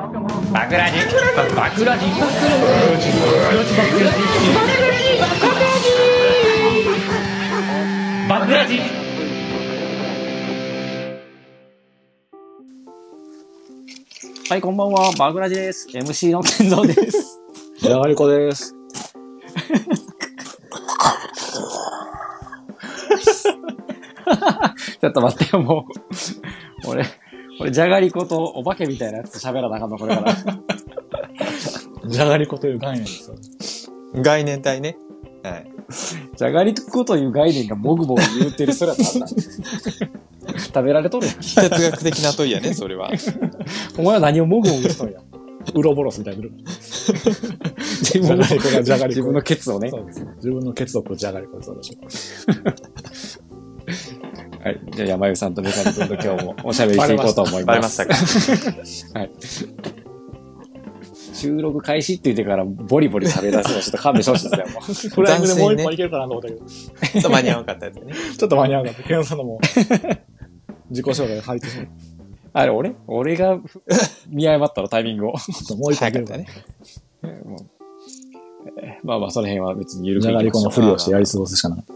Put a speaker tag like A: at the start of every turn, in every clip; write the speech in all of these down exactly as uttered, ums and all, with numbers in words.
A: バクラジバクラジバクラジ。はい、こんばんは、バクラジです。エムシー の天蔵です。
B: じゃがりこです。
A: ちょっと待ってよ、もう。俺、俺、じゃがりことお化けみたいなやつと喋らなあかんの、これから。
B: じゃがりこという概念ですよ。
C: 概念体ね。はい。
A: じゃがりこという概念がもぐもぐ言うてるそれはなんだ。食べられとるやん。
C: 哲学的な問いやね、それは。
A: お前は何をもぐもぐしとんやん。ウロボロスみたいな。自分の、じゃがりこ。自分のケツをね。
B: そうです。自分のケツをこうじゃがりこでそうでし
A: ょ。はい。じゃあ山由さんとメカニ君と今日もおしゃべりしていこうと思います。
C: バレましたか。
A: はい。収録開始って言ってからボリボリ食べ出すのちょっと勘弁してほしいですよ。もう
B: フライングでもう一本いけるかなと思ったけど。
C: ちょっと間に合わなかったやつね。
B: ちょっと間に合わなかった。ケンさんのも自己紹介入ってしまう。
A: あれ、俺俺が見誤ったのタイミングを。
B: もう一本いけるかね。
A: もうまあまあ、その辺は別に緩くいきましょう。
B: じゃがりこのふりをしてやり過ごすしかない。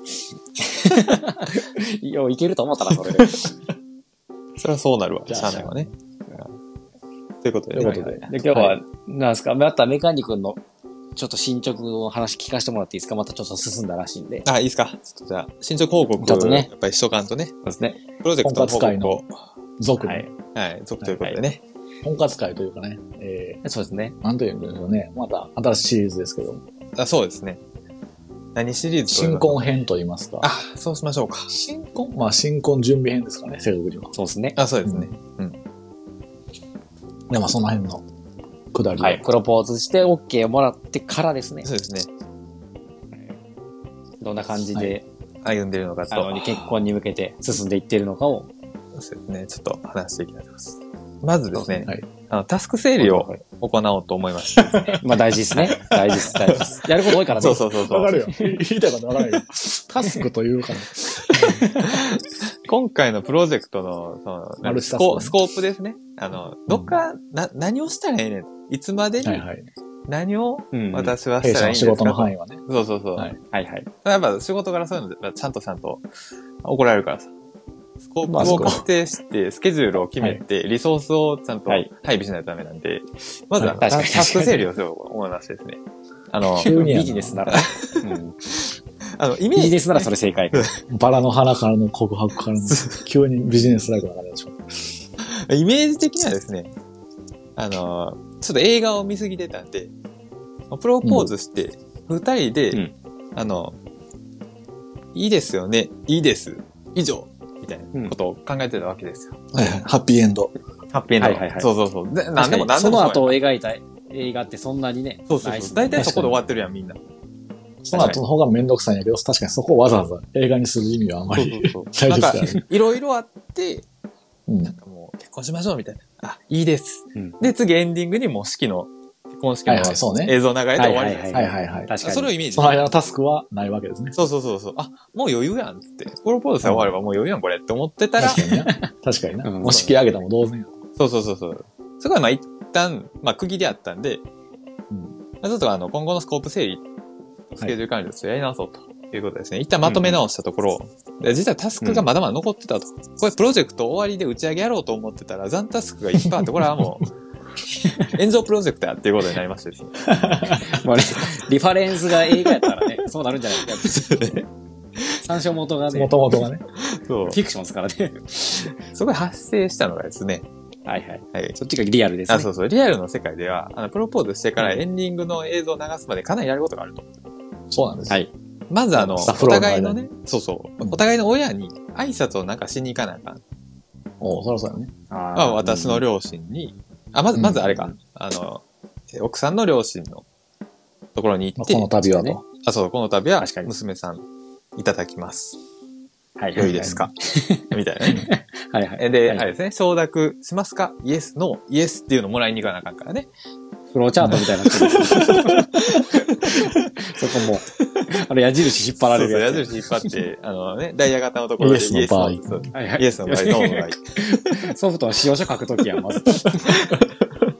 A: よういけると思ったな、それで。
C: それはそうなるわ。しゃあないわね。ということで、ね。
A: ということで。で、今日は、なんですか、またメカニ君の、ちょっと進捗の話聞かせてもらっていいですか？またちょっと進んだらしいんで。
C: あ、いいですか？ちょっとじゃあ、進捗報告を、
A: ちょっとね、
C: やっぱりしとかんとね。
A: そうですね。
C: プロジェクトの報告を。
B: 続。
C: はい。はい、続ということでね。
B: 婚活会というかね。
A: えー、そうですね。
B: なんというんでしょうね。また新しいシリーズですけど。
C: あ、そうですね。何シリーズ
B: 新婚編と言いますか。
C: あ、そうしましょうか。
B: 新婚まあ新婚準備編ですかね、正確には。
A: そうですね。
C: あ、そうですね。うん。
B: うん、で、まあその辺のくだり。
A: はい。プロポーズして OK をもらってからですね。
C: そうですね。
A: どんな感じで、
C: はい、歩んでるのかと。
A: あの、結婚に向けて進んでいっているのかを。
C: そうですね。ちょっと話していきたいと思います。まずですね。
B: はい。
C: あの、タスク整理を行おうと思いました、ね。
A: まあ大事ですね。大事です、大事です。やること多いからね。
C: そうそうそうそう。
B: わかるよ。言いたいことわかるよ。タスクというかね。
C: 今回のプロジェクトの、その、
B: マルチ
C: ス
B: タスクね
C: コスコープですね。あの、どっか、な、何をしたらええねん。いつまでに、何を私はしたらいいんですか、
B: 仕事の範囲はね。
C: そうそうそう。
B: はい、
C: はいはい。やっぱ仕事からそういうのちゃんとちゃんと怒られるからさ。スコープを確定して、スケジュールを決めて、リソースをちゃんと配備しないとダメなんで、まずはタスク整理をしようと思いましてですね。あの、
A: ビジネスなら、
C: あの、イメージ。
A: ビジネスならそれ正解。
B: バラの花からの告白からの、急にビジネスライクな感じでし
C: ょ。イメージ的にはですね、あの、ちょっと映画を見すぎてたんで、プロポーズして、二人で、うん、あの、いいですよね、いいです、以上、みたいなことを考えてたわけですよ。
B: はいはい。ハッピーエンド。
C: ハッピーエンド。はいはいはい。そうそうそう。で、なんでもなんでも。
A: その後を描いた映画ってそんなにね。
C: そうそうそう。大体そこで終わってるやん、みんな。
B: その後の方がめんどくさいんやけど、確かにそこをわざわざ映画にする意味はあんまりないですからね。なんか、
C: いろいろあって、
B: うん、
C: なんかもう結婚しましょうみたいな。あ、いいです。うん、で、次エンディングにもう式の、結婚式の映像流れて終わりです。
B: はいはいはい。
C: 確かに。それをイメージ。
B: その間のタスクはないわけですね。
C: そうそうそうそう。あ、もう余裕やんって。プロポーズさえ終わればもう余裕やんこれって思ってたら。
B: 確かにな。確かにな。もう式上げたも同然や。
C: そうそうそうそう。そこはまあ一旦、まあ区切りあったんで、うん、ちょっとあの、今後のスコープ整理、スケジュール管理をやり直そうということですね。一旦まとめ直したところ、うん、実はタスクがまだまだ残ってたと。うん、これプロジェクト終わりで打ち上げやろうと思ってたら、残タスクがいっぱいあって、これはもう、炎上プロジェクトやっていうことになりましてですね。
A: まあね、リファレンスが映画やったらね、そうなるんじゃないかって。参照元がね。
B: 元々がね。
A: そう。フィクションですからね。
C: そこで発生したのがですね。
A: はいはい。はい。そっちがリアルですね。
C: あ、そうそう。リアルの世界では、あの、プロポーズしてからエンディングの映像を流すまでかなりやることがあると。
B: そうなんです。
A: はい。
C: まずあの、お互いのね、そうそう。お互いの親に挨拶をなんかしに行かなあかん。
B: おそろそろね。
C: ああ。私の両親に、あ、まず、まずあれか。うん、あの、奥さんの両親のところに行って。
B: この旅はと。
C: あ、そう、この旅は娘さんいただきます。はい。良いですかみたいなね。
A: はいはい。
C: で、はい、あれですね、承諾しますかイエス、ノー、イエスっていうのもらいに行かなあかんからね。
A: フローチャートみたいになってる。そこも、あれ矢印引っ張られるやつ。
C: そうそう、矢印引っ張って、あのね、ダイヤ型のところで
B: イエスの場合。
C: イエスの場合、ノーの場合。
A: ソフトは使用書書くときやん、まず。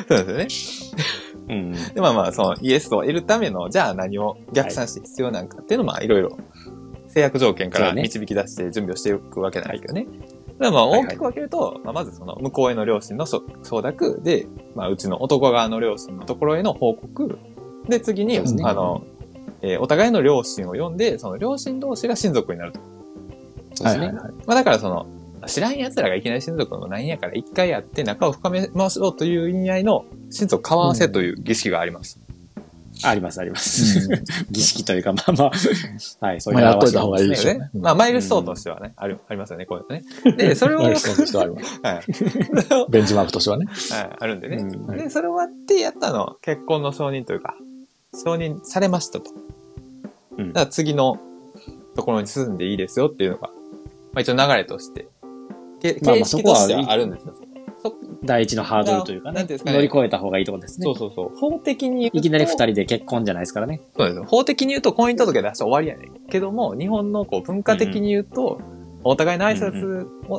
C: そうですよね。
D: うん。
C: で、まあまあ、そのイエスを得るための、じゃあ何を逆算して必要なんかっていうのを、まあいろいろ制約条件から導き出して準備をしていくわけなんだけどね。だからまあ大きく分けると、はいはい、まあ、まずその向こうへの両親の承諾で、まあうちの男側の両親のところへの報告。で、次に、ね、あの、えー、お互いの両親を呼んで、その両親同士が親族になると。
D: そうですね。はい
C: はいはい、まあだからその、知らん奴らがいきなり親族のなんやから一回やって仲を深めましょうという意味合いの親族顔合わせという儀式があります。
D: うん、あります、あります。儀式というか、まあまあ、はい、そういう
B: のやっといた方がいいでしょうね。
C: まあ、マイルストーンとしてはね、うん、ある、ありますよね、こういうのね。で、それを、
B: マイルストーンとしてはあります。はい。ベンチマークとしてはね。
C: はい、あるんでね。うん、
B: はい、
C: で、それ終わってやったの、結婚の承認というか、承認されましたと。うん、だから次のところに進んでいいですよっていうのが、まあ一応流れとして、形式としてはあるんですよ。
D: 第一のハードルというかね。なんていうんですかね。乗り越えた方がいいところですね。
C: そうそうそう。法的に言うと。
D: いきなり二人で結婚じゃないですからね。
C: そうですよ。法的に言うと婚姻届出して終わりやねん。けども、日本のこう文化的に言うと、うん、お互いの挨拶、うんうん、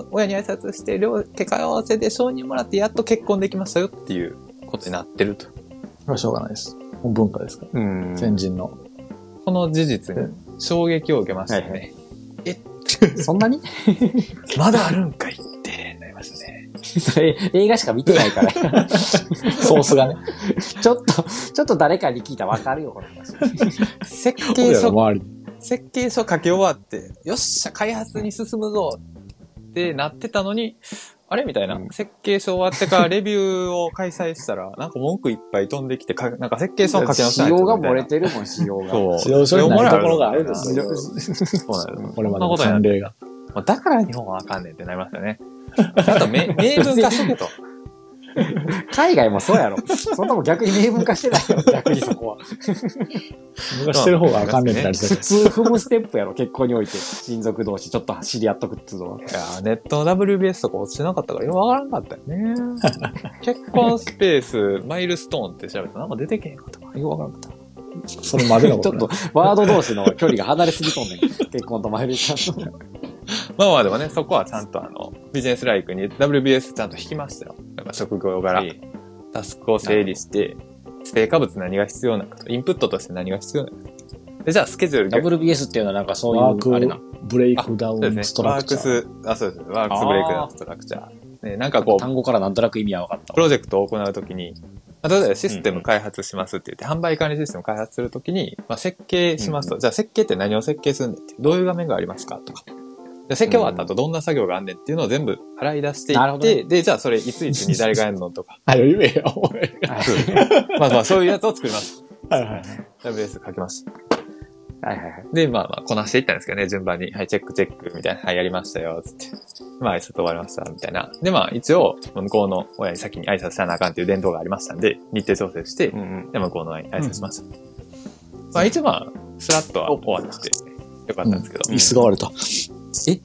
C: 親に挨拶して、両手会合わせで承認もらってやっと結婚できましたよっていうことになってると。
B: それはしょうがないです。文化ですから。うん。先人の。
C: この事実に衝撃を受けましたね。はいはい、
D: えそんなに
C: まだあるんかいってなりましたね。
D: それ映画しか見てないから。
B: ソースがね。
D: ちょっと、ちょっと誰かに聞いたらわかるよ、この話。
C: 設計書、設計書書き終わって、よっしゃ、開発に進むぞってなってたのに、あれみたいな、うん。設計書終わってからレビューを開催したら、なんか文句いっぱい飛んできて、かなんか設計書の書き直しないと。
D: 仕様が漏れてるもん、仕様が。
B: そう。仕様書にないところがあるんですよ。
C: そうなんです。
B: これまでの慣例が。
C: だから日本はあかんねんってなりましたね。ちゃんと明文化しとけと。
D: 海外もそうやろ。そんなもん逆に明文化してないよ、逆にそこは。
B: 明文化してる方があかんねんってなりそう。
D: 普通踏むステップやろ、結婚において。親族同士ちょっと知り合っとくっていうのは。い
C: やネットの ダブリュービーエス とか落ちてなかったからよくわからんかったよね。結婚スペース、マイルストーンって調べたらなんか出てけへんかったからよくわからんかった。
B: それまでの
D: ちょっとワード同士の距離が離れすぎとんねん。結婚とマイルストーン。
C: まあまあでもね、そこはちゃんとあの、ビジネスライクに ダブリュービーエス ちゃんと引きましたよ。なんか職業柄。タスクを整理して、成果物何が必要なのかと、インプットとして何が必要なのかと。で、じゃあスケジュール
D: ダブリュービーエス っていうのはなんかそういう、
B: ワーク、あれな。ブレイクダウンストラクチャー。
C: ワークス、あ、そうです。ワークスブレイクダウンストラクチャー。ね、なんかこう、
D: 単語からなんとなく意味は分かった。
C: プロジェクトを行うときに、まあ、例えばシステム開発しますって言って、うん、販売管理システム開発するときに、まあ、設計しますと、うん、じゃあ設計って何を設計するんだって、どういう画面がありますかとか。で設計終わった後どんな作業があんねんっていうのを全部洗い出していって、ね、で、じゃあそれいついつに誰がやるのとか。
B: あ、言えよ、俺。
C: まあまあそういうやつを作ります。
B: はいはい。
C: ダブリューエス 書きました。
D: はいはいはい。
C: で、まあまあこなしていったんですけどね、順番に。はい、チェックチェックみたいな。はい、やりましたよ、つって。まあ挨拶終わりました、みたいな。で、まあ一応、向こうの親に先に挨拶しなあかんっていう伝統がありましたんで、日程調整して、うんうん、で、向こうの親に挨拶しました。うん、まあ一応まあ、スラッとは終わって、よかったんですけど。
B: うん、椅子が割れた。
D: え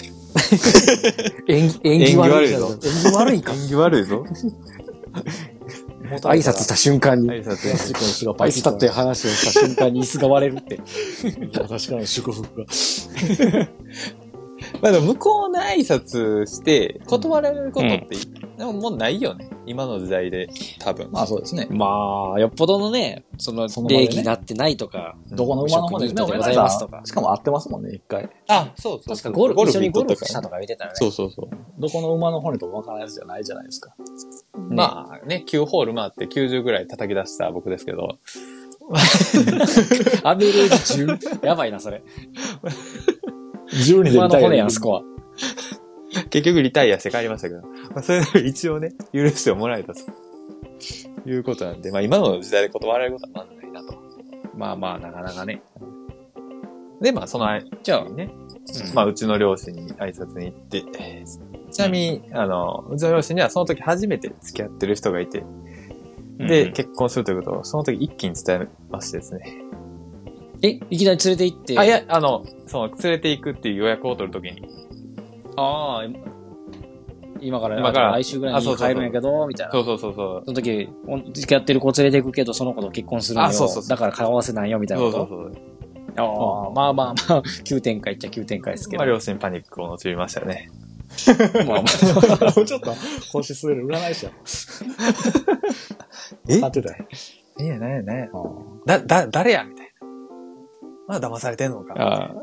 D: 演技、演技悪いぞ。演技悪いか。
C: 演技悪いぞ。
D: 挨拶した瞬間に。
C: 挨拶
D: プラスチックの椅子がパイしたっていう話をした瞬間に椅子が割れるって。
B: 確かに祝福が。
C: まあでも向こうの挨拶して断られることって、うん、でももうないよね。今の時代で多分。
B: まあそうですね。
D: まあ、よっぽどのね、その礼儀になってないとか、
B: ね、どこの馬の骨でございますとか。しかも会ってますもんね、一回。
C: あ、そうそう。
D: 確かゴルフ、一緒にゴルフしたとか言ってたよね。
C: そうそうそう。
B: どこの馬の骨ともわからないやつじゃないじゃないですか。
C: ね、まあね、きゅうホール回ってきゅうじゅうぐらい叩き出した僕ですけど。
D: アベレージじゅう? やばいな、それ。
B: じゅうにで
D: 馬の骨やん、スコア。
C: 結局リタイアして帰りましたけど、まあ、それで一応ね、許してもらえたということなんで、まあ今の時代で断られることはまずないなと。
D: まあまあ、なかなかね。
C: で、まあその、
D: じゃあ
C: ね、うん、まあうちの両親に挨拶に行って、ちなみに、うん、あの、うちの両親にはその時初めて付き合ってる人がいて、で、うん、結婚するということをその時一気に伝えましてですね。
D: え、いきなり連れて行って。
C: あ、いや、あの、その、連れて行くっていう予約を取るときに。
D: ああ、今から、今から来週ぐらいに帰るんやけど、みたいな。
C: そうそうそうそう。
D: その時、付き合ってる子連れて行くけど、その子と結婚するんよ。あ、そうそうそう。だから顔合わせないよ、みたいなこと。そうそうそう。ああ、まあまあまあ、急展開っちゃ急展開ですけど。
C: まあ、両親パニックを陥りましたよね。
D: まあま
B: あ。ちょっと、星据える占い師や。
C: え
B: 当てたよ。
C: いや、なんや、なんや。だ、だ、誰やみたいな。まだ騙されてんのか
D: あ。ああ。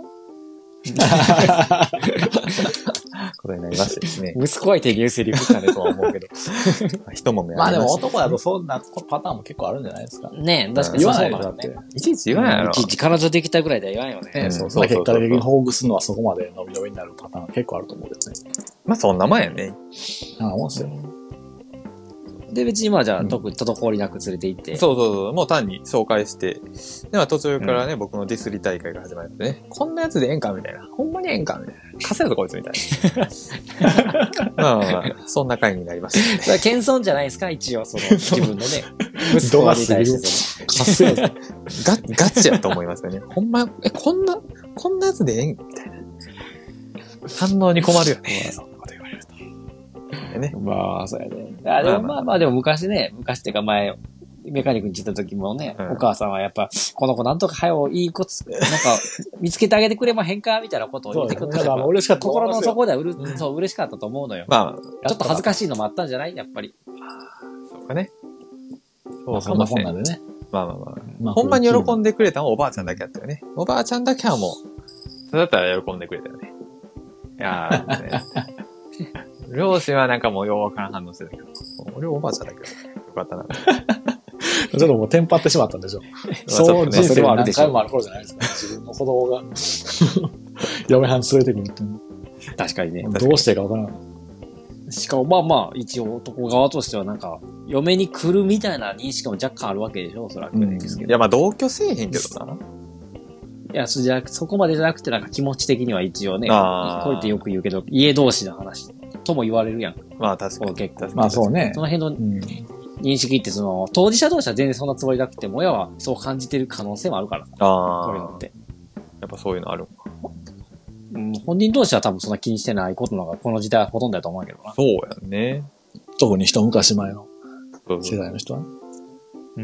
C: ことになりましてですね。
D: 息子相手に言うセリフかねとは思うけど。
C: 一もめ
B: まあでも
C: 男
B: 男だとそんなパターンも結構あるんじゃないですか。
D: ねえ、確かに
B: 言わ
D: そうなんだね。
B: ないとだって。
C: いちいち言わないやろ。
D: いちいち彼女できたぐらいでは言わんよね。
C: うん
B: そうそう。結果的に報復するのはそこまで伸び伸びになるパターン結構あると思うけどね。
C: まあそんなもんやね。
B: ああ、思うんですよ。
D: で、別にまあじゃあ、特に滞りなく連れて行って。
C: そうそうそう。もう単に紹介して。で、まあ途中からね、うん、僕のディスリ大会が始まってね。こんなやつでええんかみたいな。ほんまにええんかみたいな。稼いだぞこいつみたいな。まあまあまあ、そんな回になりました、ね。
D: それ謙遜じゃないですか一応、その、自分のね。息子に対してその。
B: 稼いだぞ。
C: ガ、ガチやと思いますよね。ほんま、え、こんな、こんなやつでええんみたいな。反応に困るよね。そんなこと言われると。ね。
D: まあ、そうやね。あでもまあまあ、でも昔ね、昔っていうか前、メカニックに行った時もね、うん、お母さんはやっぱ、この子なんとか早ういい子つ、なんか、見つけてあげてくれまへんかみたいなことを言ってくれたから、
B: 嬉しかった。
D: 心の底ではうる、うん、そう、嬉しかったと思うのよ。まあ、ちょっと恥ずかしいのもあったんじゃないやっぱり。
C: そうかね。
B: そう、そんな本なんでね。
C: まあまあまあ。まあ、ほんまに喜んでくれたのはおばあちゃんだけだったよね。おばあちゃんだけはもう、それだったら喜んでくれたよね。いやー、ね。両親はなんかもうようわからん反応してたけど、俺はおばあちゃんだけど、よかったな。
B: ちょっともうテンパってしまったんでしょ。そう、人生は何回もある頃じゃないですか。自分の子供が、嫁はん連れてくるって。
D: 確かにね。
B: どうしてかわからない。
D: しかもまあまあ、一応男側としてはなんか、嫁に来るみたいな認識も若干あるわけでしょ、おそらくですけど。
C: いやまあ同居せえへんけどな。
D: いや、そじゃそこまでじゃなくてなんか気持ち的には一応ね、こうやってよく言うけど、家同士の話とも言われるやん。
C: まあ確かに。
B: 結構。まあそうね。
D: その辺の認識ってその、当事者同士は全然そんなつもりなくても、親はそう感じてる可能性もあるからさ。
C: ああ。
D: こういうのって。
C: やっぱそういうのあるのか。
D: うん、本人同士は多分そんな気にしてないことのがこの時代はほとんどだと思うけどな。
C: そうやね。
B: 特に一昔前の世代の人は。
D: うん。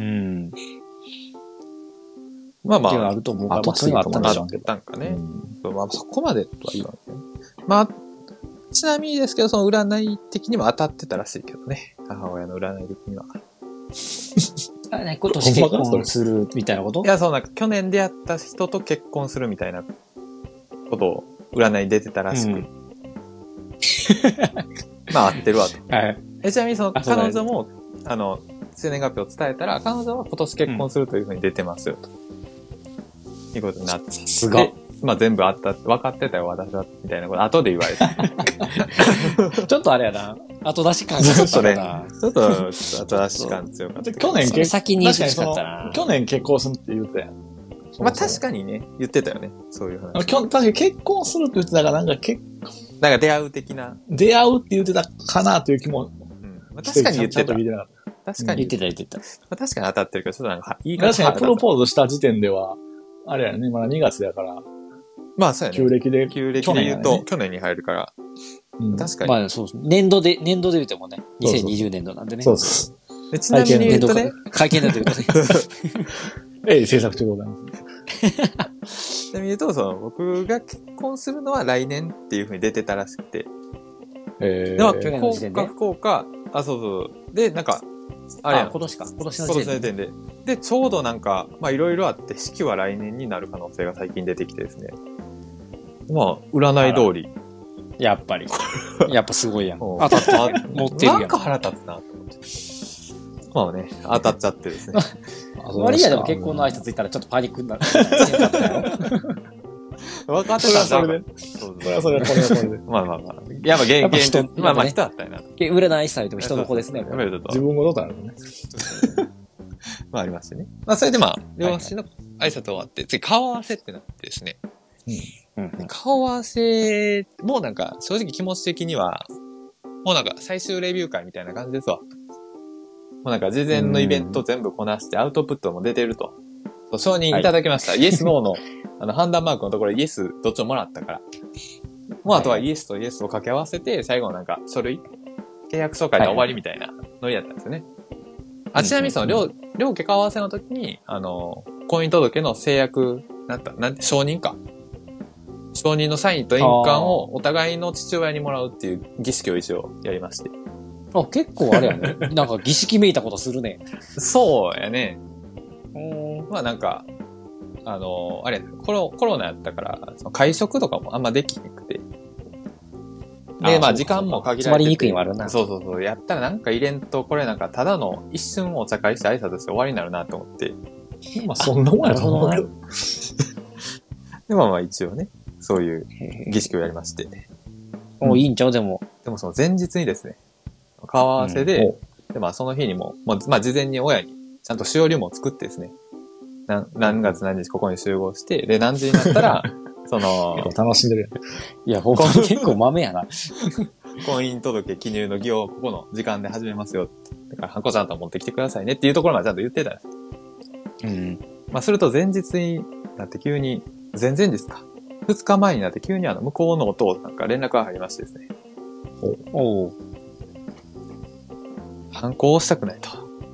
C: まあまあ、
D: あると思う
B: から、まあそういうのあったんでしょうけど。
C: あったんかね。うん、まあそこまでとは言わない。まあ、ちなみにですけど、その占い的にも当たってたらしいけどね。母親の占い的には。
D: あ、ね、今年結婚するみたいなこと？
C: いや、そうなんか去年出会った人と結婚するみたいなことを占い出てたらしく。うん、まあ合ってるわと。
D: はい。
C: え、ちなみにその彼女も、あの、生年月日を伝えたら、彼女は今年結婚するというふうに出てますよと。うん、いうことになって。さ
D: すが。
C: まあ全部あった、分かってたよ、私は、みたいなこと、後で言われた。
D: ちょっとあれやな。後出し感
C: ちょっとね、ちょっと後出し感強かった。
B: 去年結
D: 先にしかったな。
B: 去年結婚するって言ってたやん。
C: まあ確かにね、言ってたよね。そういう話。
B: 確かに結婚するって言ってたから、なんか結
C: なんか出会う的な。
B: 出会うって言ってたかなという気も。うん。
C: まあ、確かに言ってた。
D: 確かに言ってた言ってた。
C: まあ、確かに当たってるけど、ちょっとなんか、
B: いいか確かにプロポーズした時点では、あれやね、まだにがつだから。
C: まあそうやね。
B: 旧暦で。
C: 旧暦で言うと、去年に入るから。うん、確かに。
D: まあそうそう。年度で、年度で言うてもね、にせんにじゅうねんどなんでね。
B: そうそう。
C: でちなみに言うとね。
D: 会見だと言うとね。
B: ええ、制作中でございま
C: す。ちなみに言うと、その、僕が結婚するのは来年っていう風に出てたらしくて。
B: ええー。
C: でも、去年の時点で。福岡、あ、そうそう。で、なんか、あれや
D: あ、今年か。今年の
C: 時点で。今年の時点で。で、ちょうどなんか、まあいろいろあって、式は来年になる可能性が最近出てきてですね。まあ、占い通り。
D: やっぱり。やっぱすごいやん。当たった。持ってるやん。
C: なんか腹立つなと思って。まあね、当たっちゃってですね。
D: マリアでも結婚の挨拶いたらちょっとパニックになる。
C: 分かってたんだ。
B: それはそれで。それはそれで、これはこれで。
C: まあまあまあ。やっぱ現現まあまあ人だったよな。
D: 占い師されても人の子ですね。
B: 自分ごとだよね。
C: まあありましてね。まあそれでまあ、両親の挨拶終わって、次顔合わせってなってですね。うん。顔合わせもなんか正直気持ち的には、もうなんか最終レビュー会みたいな感じですわ。もうなんか事前のイベント全部こなしてアウトプットも出てると。承認いただきました。はい、イエス、ノーのあの判断マークのところイエスどっちももらったから。もうあとはイエスとイエスを掛け合わせて、最後のなんか書類契約書書いて終わりみたいなノリだったんですよね。はい、あ、ちなみにその両、両家顔合わせの時に、あの、婚姻届の制約、なんた、なんて、承認か。 承認のサインと印鑑をお互いの父親にもらうっていう儀式を一応やりまして。
D: あ、結構あれやね。なんか儀式めいたことするね。
C: そうやね。
D: うん。
C: まあなんか、あの、あれ、コロ、コロナやったから、その会食とかもあんまできなくて。で、まあ時間も限られてて。
D: 集まりにくいもあるな。
C: そうそうそう。やったらなんか入れんと、これなんかただの一瞬お茶会して挨拶して終わりになるなと思って。
B: まあそんなもんやと思うけど。
C: で、まあまあ一応ね、そういう儀式をやりまして。
D: お、うん、いいんちゃうでも。
C: でもその前日にですね、顔合わせで、うん、でまあその日にも、もうまあ事前に親にちゃんとしおりも作ってですね、何何月何日ここに集合して、で何時になったら、その、
B: 楽しんでるやん。
D: いや、ほんとに結構豆やな。
C: 婚姻届記入の儀をここの時間で始めますよ。だから、ハンコちゃんと持ってきてくださいねっていうところまでちゃんと言ってたんです。うん。まあ、すると前日になって急に、前々日か。二日前になって急にあの、向こうのお父さんから連絡が入りましてですね。おお。ハンコをしたくないと。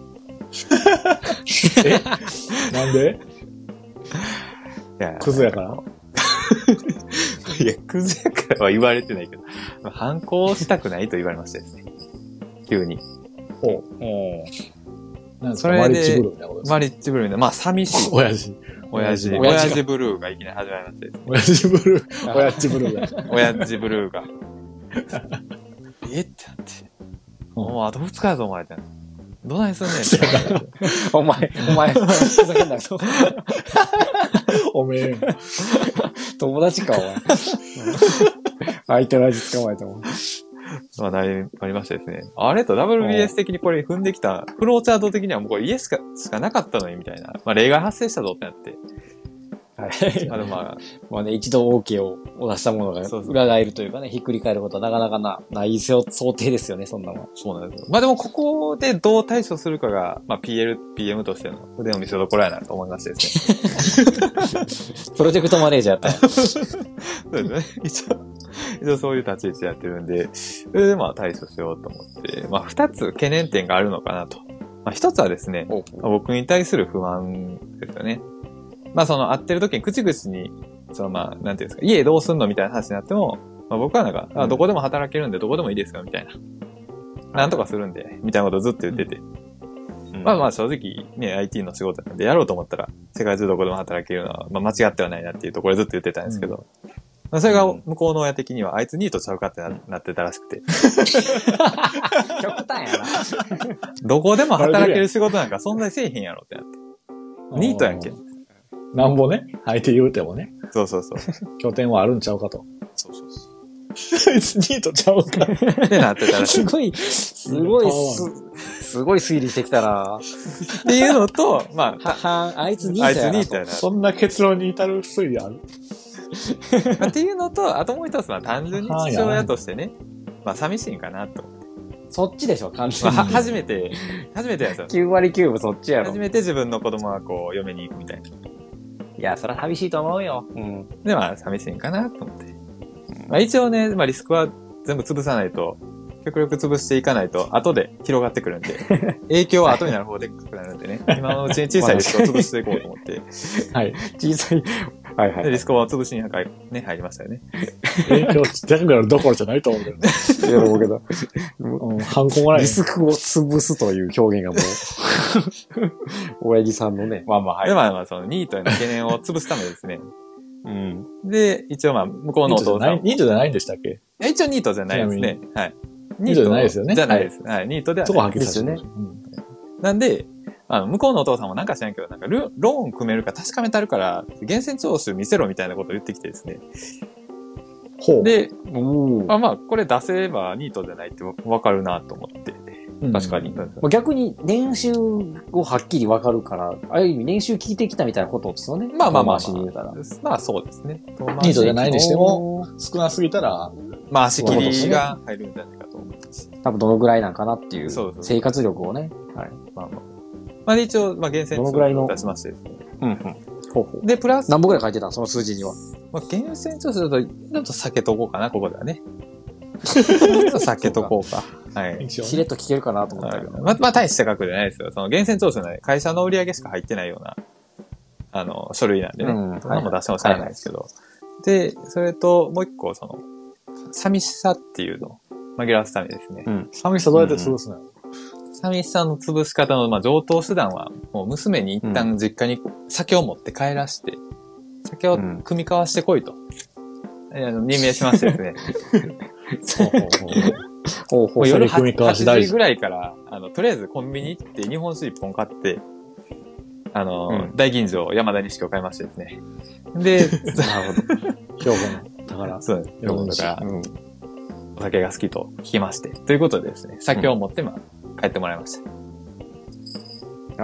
B: えなんで
C: いや、
B: クズやから
C: いや、クズやからは言われてないけど、反抗したくないと言われましたですね。急に。
B: おう。
C: お
B: なんそれで、マリッジブルーみたいなことですか？
C: マリッジブルーみたいな。まあ、寂しい。
B: 親父。
C: 親父。親父ブルーがいきなり始まりましたですね。
B: 親父ブルー。親父ブルーが。
C: 親父ブルーが。えってなって。もうあと二日やぞ、お前って。どないすんねんって。
D: お前、お前、ふざけんなよ。
B: おめえ。
D: 友達か、お前。相手の味捕まえても。
C: まあ、なり、ありましたですね。あれと ダブリュービーエス 的にこれ踏んできた、フローチャート的にはもうこれイエスかしかなかったのにみたいな。まあ、例外発生したぞってなって。
D: はい。
C: まあ、でもまあ。
D: まあね、一度 OK を出したものが裏返るというかね、ひっくり返ることはなかなかな、ない想定ですよね、そんなもん。
C: そうなんですよ。まあでもここでどう対処するかが、まあ ピーエル、ピーエム としての腕の見せ所やなと思いましてです
D: ね。プロジェクトマネージャーやった。
C: そうですね。一応、一応そういう立ち位置やってるんで、それでまあ対処しようと思って、まあ二つ懸念点があるのかなと。まあ一つはですね、まあ、僕に対する不安ですよね。まあその会ってる時に口々に、そのまあ、なんていうんですか、家どうすんのみたいな話になっても、まあ僕はなんか、あどこでも働けるんでどこでもいいですよ、みたいな。なんとかするんで、みたいなことをずっと言ってて。うん、まあまあ正直ね、アイティー の仕事なんでやろうと思ったら、世界中どこでも働けるのは、まあ間違ってはないなっていうところでずっと言ってたんですけど、うん、まあそれが向こうの親的には、あいつニートちゃうかってな、なってたらしくて。
D: 極端やな。
C: どこでも働ける仕事なんかそんなにせえへんやろってなって。ニートやんけ。
B: なんぼね、相手言うてもね。
C: そうそうそう。
B: 拠点はあるんちゃうかと。
C: そうそうそう。
B: あいつニートちゃうか。
C: ってなってたらしい。
D: すごい、すごいす、すごい推理してきたな
C: っていうのと、まあ、
D: は、は、あいつニートやな。
C: あいつニートやな。
B: そんな結論に至る推理ある
C: っていうのと、あともう一つは単純に父親としてね、まあ寂しいんかなと。
D: そっちでしょ、完全に。
C: まあ、初めて、初めてやつよ。
D: きゅうわりきゅうぶそっちやろ。
C: 初めて自分の子供がこう、嫁に行くみたいな。
D: いや、そら寂しいと思うよ。うん。
C: で、まあ、寂しいんかなと思って。まあ、一応ね、まあ、リスクは全部潰さないと、極力潰していかないと、後で広がってくるんで、影響は後になる方でくなるんでね、今のうちに小さいリスクを潰していこうと思って。
B: はい。小さい。はいはい。
C: で、リスクを潰しに入ね、入りましたよね。
B: 影響ちっちゃくなるどころじゃないと思うけどね。
D: いや、思うけど。
B: うん、反抗もない。
D: リスクを潰すという表現がもう、親父さんのね。
C: まあまあ、はい。で、まあまあ、そのニートへの懸念を潰すためですね。うん。で、一応まあ、向こうのお父さん。
B: ニートじゃないんでしたっけ？
C: 一応ニートじゃないですね。はい。
B: ニートじゃないですよね。
C: じゃないです。はい。ニートではない。
B: そこははっきりさせて
C: ね。なんで、あの、向こうのお父さんもなんか知らんけど、なんかローン組めるか確かめたるから、源泉徴収見せろみたいなことを言ってきてですね。
B: ほう。
C: で、あまあ、これ出せばニートじゃないってわかるなと思って。確かに。
D: うん、逆に年収をはっきりわかるから、ある意味年収聞いてきたみたいなことですよね。
C: まあまあまあ、まあ。
D: 回しに言うたら。
C: まあそうですね。
B: ニートじゃないにしても、少なすぎたら、
C: まあ足切りが入るんじゃないかと思います。
D: 多分どのぐらいなんかなっていう。
C: そうそう。
D: 生活力をね。はい。
C: まあまあ。まあ一応、まあ厳選
D: どのぐらいの
C: 出しましてですね。
D: うんうん。ほうほう。
C: で、プラス。
D: 何本ぐらい書いてたのその数字には。
C: まあ厳選徴収だと、ちょっと避けとこうかな、ここではね。ちょっと避けとこうか。はい。
D: しれっと聞けるかなと思ったけど。
C: まあ、まあ、大した額じゃないですよ。その、厳選徴収の会社の売り上げしか入ってないような、あの、書類なんでね。うん。そんなも出してもしゃあないですけど。 で、それと、もう一個、その、寂しさっていうのを紛らわすためですね。
B: うん。寂しさどうやって潰すのよ、
C: うん、寂しさの潰し方の、まあ、上等手段は、もう娘に一旦実家に酒を持って帰らして、酒を組み交わしてこいと。うん、あの任命しましてですね。そうほうほうほうほう夜はちじぐらいから、あの、とりあえずコンビニ行って日本酒一本買って、あの、うん、大吟醸山田錦を買いましてですね。で、なるほど。
B: 兵庫の宝。
C: そうです。兵庫の宝。うん。お酒が好きと聞きまして。ということでですね、酒を持って、まあ、帰ってもらいました。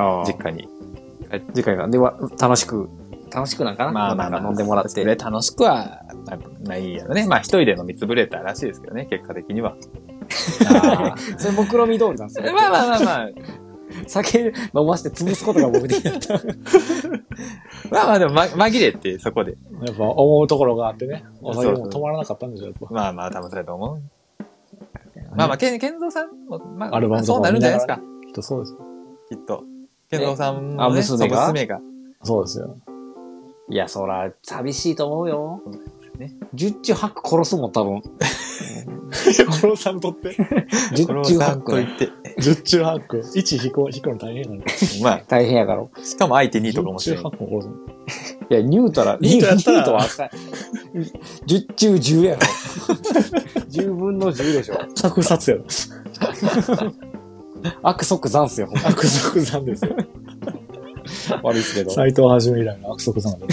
C: ああ。実家に。
D: 実家に。では、楽しく、楽しくなんかなまあまあ、まあ、飲んでもらって。
C: 楽しくはないやろね。まあ、一人で飲みつぶれたらしいですけどね、結果的には。
D: ああ。それ目論見通りなんですよ。
C: まあまあまあまあ。
D: 酒飲まして潰すことが僕的だった。
C: まあまあでも、ま、紛れってそこで。
B: やっぱ思うところがあってね。お酒も止まらなかったんでしょ、やっぱ。
C: まあまあ多分そうだと思う。まあまあ、ケン、ケンゾーさんも、まあ、アルバムそうなるんじゃないですか。
B: きっとそうですよ。
C: きっと。ケンゾーさんも、ね、
D: あ、娘が
C: 娘が。
B: そうですよ。
D: いや、そら、寂しいと思うよ。ね。十中八九殺すもん、多分。
B: 殺さんとって。
D: 十中八九。
B: 十中八九。一引く、引くの大変やから。
C: まあ。
D: 大変やから。
C: しかも相手にとかもしれない。
B: 十中八九殺すの。
D: いや、ニュートラ、
B: ニュートラやったら。
D: ニュートは赤い。十中十やろ。十分の十でしょ。
B: 作殺やろ。
D: 悪即残っすよ、
B: 悪即残ですよ。
D: 悪いっすけど。
B: 斎藤はじめ以来の悪即残です。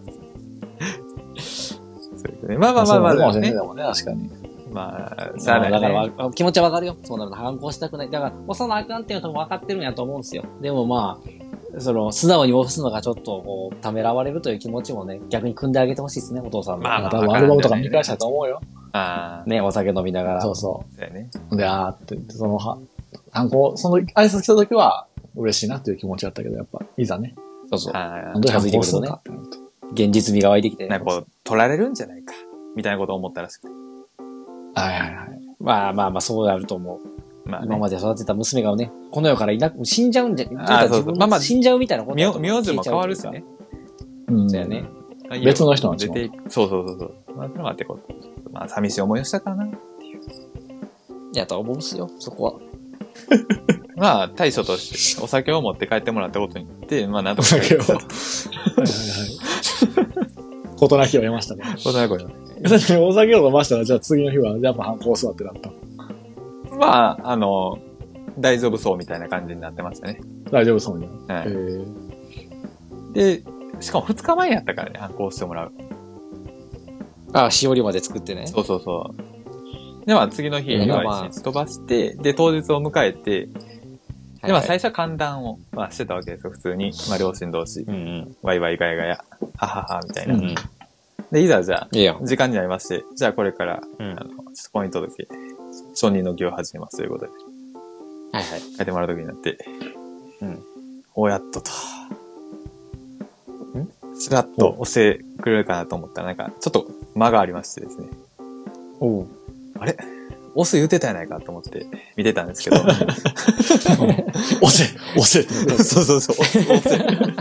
C: まあまあまあまあ、
B: ね。でもね、確かに。
C: まあ、
D: さあ、ね、だから気持ちはわかるよ。そうなると反抗したくない。だから、押さなあかんっていうのも分かってるんやと思うんですよ。でもまあ、その、素直に押すのがちょっと、こう、ためらわれるという気持ちもね、逆に組んであげてほしいですね、お父さんも。
B: まあ、多分アルバムとか見返したと思うよ。
C: ああ。
D: ね、お酒飲みながら。
B: そうそう。
C: そうやね。
B: で、あーって言って、その、は、反抗、その、挨拶来た時は、嬉しいなっていう気持ちだったけど、やっぱ、いざね。
D: そうそう。
C: あ
B: あ、どうやって反抗するのかって
D: なると。現実味が湧いてきて。
C: なんかこう、取られるんじゃないか。みたいなことを思ったらしくて。
B: はいはいはい。
D: まあまあまあ、そうなると思う。まあ、ね、今まで育てた娘がね、この世からいなく、死んじゃうんじゃ、あそうそうまあまあ、死んじゃうみたいなこと。
C: 名字も変わるしね。
B: うん。
D: そうやね。
B: 別の人なん
C: でしょ。そうそうそうそう。まあ、それもあってこう、まあ、寂しい思いをしたかなっていう。
D: いや、と思うんすよ、そこは。
C: まあ、対処として、お酒を持って帰ってもらったことによって、まあ、なんとか。
B: お酒を。はいはいはい。事なきを得ましたね。
C: 事なきを得ま
B: した。お酒を飲ましたら、じゃあ次の日は、やっぱ反抗すわってなった。
C: まあ、あの、大丈夫そうみたいな感じになってましたね。
B: 大丈夫そうに
C: な。はい。で、しかもふつかまえやったからね、反抗してもらう。
D: ああ、しおりまで作ってね。
C: そうそうそう。で、まあ次の日には一日飛ばして、で、当日を迎えて、で、まあ最初は歓談を、まあ、してたわけですよ、普通に。まあ両親同士。うんうん。ワイワイガヤガヤ、ははは、みたいな。うんうん、で、いざじゃあ、いい時間になりまして、じゃあこれから、うん、あの、ちょっと婚姻届、承認の儀を始めますということで。
D: はいはい。
C: 書いてもらう時になって、うん。おやっとと。んスラッと押してくれるかなと思ったら、なんか、ちょっと間がありましてですね。
D: おう。
C: あれ押す言うてたやないかと思って見てたんですけど。
B: 押せ押せ
C: そうそうそう。押せ。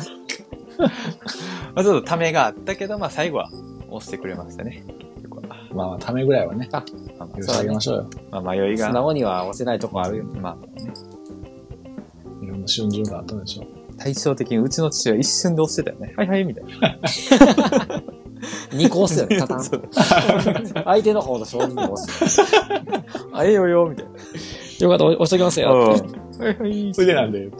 C: まあちょっとためがあったけど、まあ最後は押してくれましたね。
B: まあまあためぐらいはね。あ、まあ、許してあげましょうよ。
C: まあ迷いが。
D: 素直には押せないとこあるよ。
C: まあね。
B: いろんな瞬順があったんでしょう。
C: 対照的にうちの父は一瞬で押してたよね。はいはいみたいな。
D: 二個押すよね、たたん。相手の方の承認を押す。
C: あ、ええよよ、みたいな。
D: よかった、押しときますよ。
B: はいはい。それでなんで。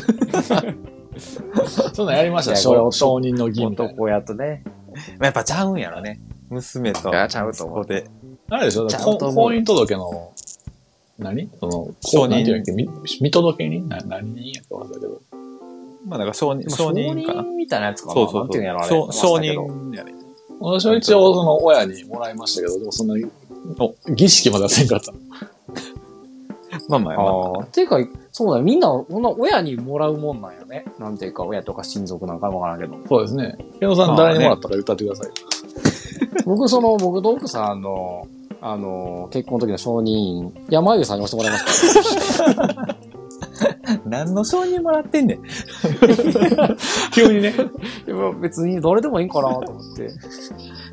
B: そんなんやりました、承認の儀みたいな。
D: 男やとね。
C: やっぱちゃうんやろね。娘と。
D: ちゃうと思う。
C: で。
B: あれでしょ、婚姻届の、何その、
C: 承認。
B: 見届け人な何人やったか忘れたけど。
C: まあなんか承認、承認かな。
D: 承認みたいなやつかな。
C: そうそうそう。
D: なんていうんやろ、あれ。
C: 承認やね。
B: 私は一応その親にもらいましたけど、でもそんな儀式まではせんかったの。
C: まあまあまあ。
D: ああ。っていうか、そうだよ。みんな、こんな親にもらうもんなんやね。なんていうか、親とか親族なんかわからんけど。
B: そうですね。ケノさん誰にもらったか言ったってください。
D: 僕、その、僕と奥さんの、あの、結婚の時の承認、山湯さんに押してもらいました。
C: 何の承認もらってんねん。
B: 急にね。
D: 別に誰でもいいんかなと思って。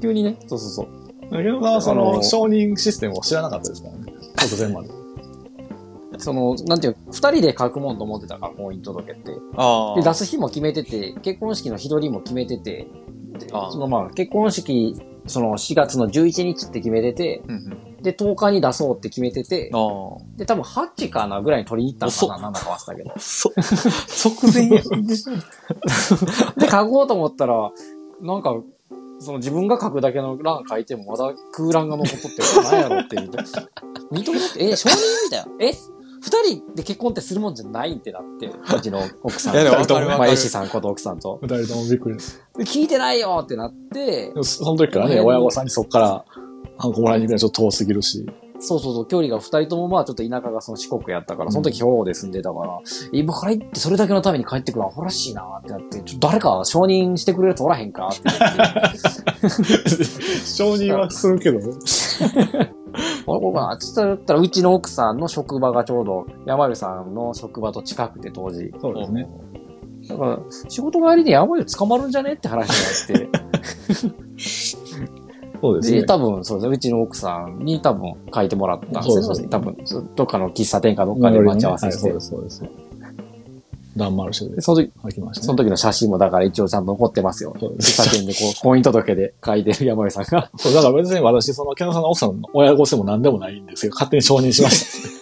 D: 急にね、そうそうそう。
B: 竹野さんはその承認システムを知らなかったですからね。突然まで。
D: その、なんていう、二人で書くもんと思ってたから、婚姻届って。
C: ああ。
D: で、出す日も決めてて、結婚式の日取りも決めてて、で
C: ああ
D: そのまあ、結婚式、そのしがつのじゅういちにちって決めてて、
C: うんうん。
D: で、とおかに出そうって決めてて、
C: ああ。
D: で、多分はちかなぐらいに取りに行ったのかな、なんだか忘れたけど。
C: そ、直前や。
D: で、書こうと思ったら、なんか、その自分が書くだけの欄書いてもまだ空欄が残っとって何やろって言うて。認めろって、え、承認みたいな。え二人で結婚ってするもんじゃないってなって、うちの奥さんと。
C: いやでもわかるわかる
D: まあ、エシさんこと奥さんと。
B: 二人ともびっくりです。
D: で聞いてないよってなって
B: で、もその時からね、親御さんにそっから、ハンコもらいに行くのはちょっと遠すぎるし。
D: そうそうそう、距離が二人ともまあちょっと田舎がその四国やったから、その時兵庫で住んでたから、今から行ってそれだけのために帰ってくるのはほらしいなってなって、ちょっと誰か承認してくれるとおらへんかって言って。
B: 承認はするけどね。
D: ここかなって言ったら、うちの奥さんの職場がちょうど、山湯さんの職場と近くて当時。
B: そうですね。
D: だから、仕事帰りに山湯捕まるんじゃねって話になって。
B: そうですね。
D: で、多分、そうですね。うちの奥さんに多分書いてもらったんですよ。
B: そうです
D: 多分、どっかの喫茶店かどっかで待ち合わせして。
B: はい、そうです、そうです。ダンマルシェで。
D: で、その時、
B: 書きましたね。
D: その時の写真もだから一応ちゃんと残ってますよ。喫茶店でこう、婚姻届で書いてる山井さんが。
B: そう、だから別に私、その、ケンさんの奥さんの親御せも何でもないんですけど、勝手に承認しました。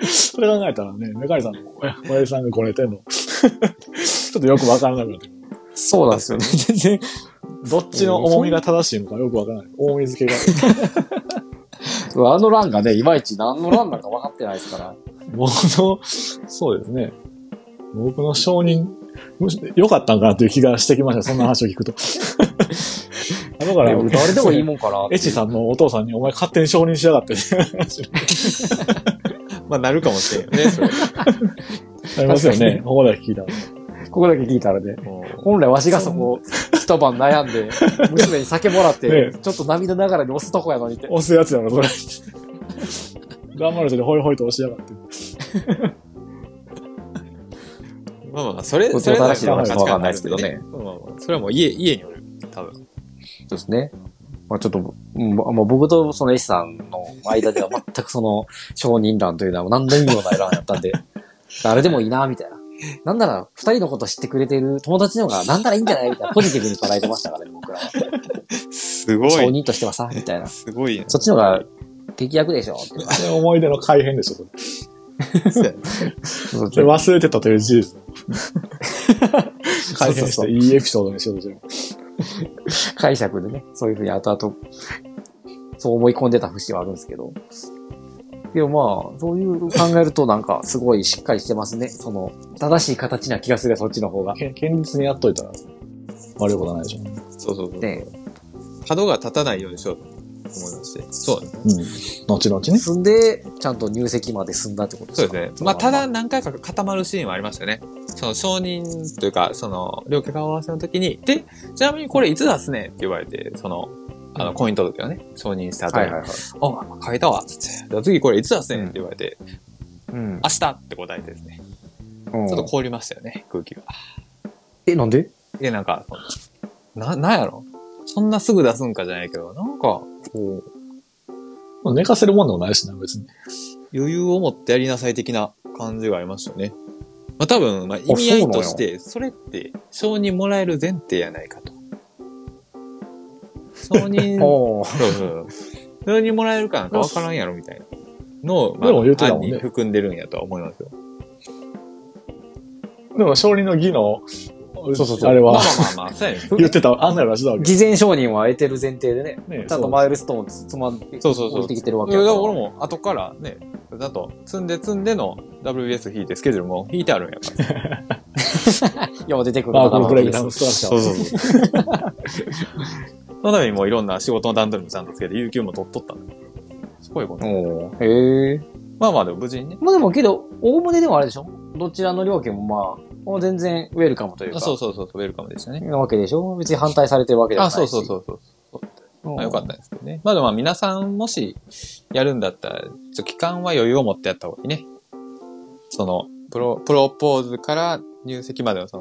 B: それ考えたらね、メカリさんの親親父さんがこれてんの、ちょっとよくわからなくなってくる。
D: そうなんですよね。全然。
B: どっちの重みが正しいのかよくわからない。重み付けが。
D: あの欄がね、いまいち何の欄なんか分かってないですから。
B: 僕の、そうですね。僕の承認、良かったんかなという気がしてきました。そんな話を聞くと。だから、
D: 誰でもいいもんかな。
B: エチさんのお父さんにお前勝手に承認しやがってって話。
C: まあ、なるかもしれんね、それ。
B: ありますよね。ここだけ聞いたら。
D: ここだけ聞いたらね。本来わしがそこ、一晩悩んで、娘に酒もらって、ちょっと涙ながらに押すとこやのにって。
B: 押すやつやろ、それ。頑張る人でホイホイと押しやがって。
C: まあまあ、それ、それ
D: 正しいのかわかんないですけどね。
C: まあまあ、それはもう家、家による。多分。
D: そうですね。まあちょっと、うんまあ、僕とその S さんの間では全くその承認欄というのは何の意味もない欄だったんで、誰でもいいな、みたいな。なんなら、二人のこと知ってくれてる友達の方が、なんならいいんじゃないみたいな、ポジティブに捉えてましたからね、僕らは。
C: すごい。
D: 承認としてはさ、みたいな。
C: すごいね。
D: そっちの方が、適役でしょって。
B: あれ思い出の改変でしょ、それ。
C: そうやね
B: それ忘れてたという事実。改変していいエピソードにしようとしてる。
D: 解釈でね、そういうふうに後々、そう思い込んでた節はあるんですけど。でもまあ、そういう考えるとなんか、すごいしっかりしてますね。その、正しい形な気がする、そっちの方が。
B: 堅実にやっといたら、悪いことないでしょ。
C: そうそうそう。
D: ね
C: 角が立たないようにしようと思いまして。そうですね。
B: うん。後々ね。
D: 住んで、ちゃんと入籍まで済んだってことですか？
C: そうですね。まあ、ただ何回か固まるシーンはありましたよね。その承認というか、その、両家顔合わせの時に、で、ちなみにこれいつ出すねって言われて、その、あの、婚姻届をね、承認した後に、
D: はいはいはい。
C: あ、書いたわ、つって。じゃあ次これいつ出すねんって言われて、
D: うん。
C: 明日って答えてですね。ちょっと凍りましたよね、空気が。
D: え、なんで？
C: で、なんか、な、なんやろそんなすぐ出すんかじゃないけど、なんか、こ
B: う。寝かせるもんでもないしな、別に。
C: 余裕を持ってやりなさい的な感じがありましたよね。まあ多分、まあ意味合いとして、それって承認もらえる前提やないかと。承認、そうそう承認もらえるかなんかわからんやろみたいなのを、まあ、
B: でも言うてたもんね
C: 案に含んでるんやとは思いますよ。
B: でも、勝利の儀の、
D: そうそうそう。
B: あれは、
C: まあまあまあまあ、そうやね。
B: 言ってた、あんならしだわけ。
D: 事前承認は得てる前提でね。
B: ね
D: ちゃんとマイルストーンつまんで、
C: そうそうそう。
D: 降りてきてるわけ
C: いや、
D: やから。
C: だから俺も後からね、だと、積んで積んでの ダブリュービーエス 引いてスケジュールも引いてあるんやから。
D: よう出てくる
B: ああ、このブレイク
D: ダ
B: ダウンストラクチャー。
C: そうそうそう。そのためにもういろんな仕事の段取りもちゃんとつけて、有給も取っとったんだよ。すごいこと。
D: おーへえ。
C: まあまあでも無事にね。
D: まあでもけど、おおむねでもあれでしょ？どちらの料金もまあ、もう全然ウェルカムというか。
C: そうそうそう、ウェルカムでしたね。
D: なわけでしょ？別に反対されてるわけじゃない
C: あ、
D: し。
C: そうそうそうそうそう。まあよかったですけどね。まあでもまあ皆さんもしやるんだったら、ちょっと期間は余裕を持ってやった方がいいね。その、プロ、プロポーズから入籍までのその、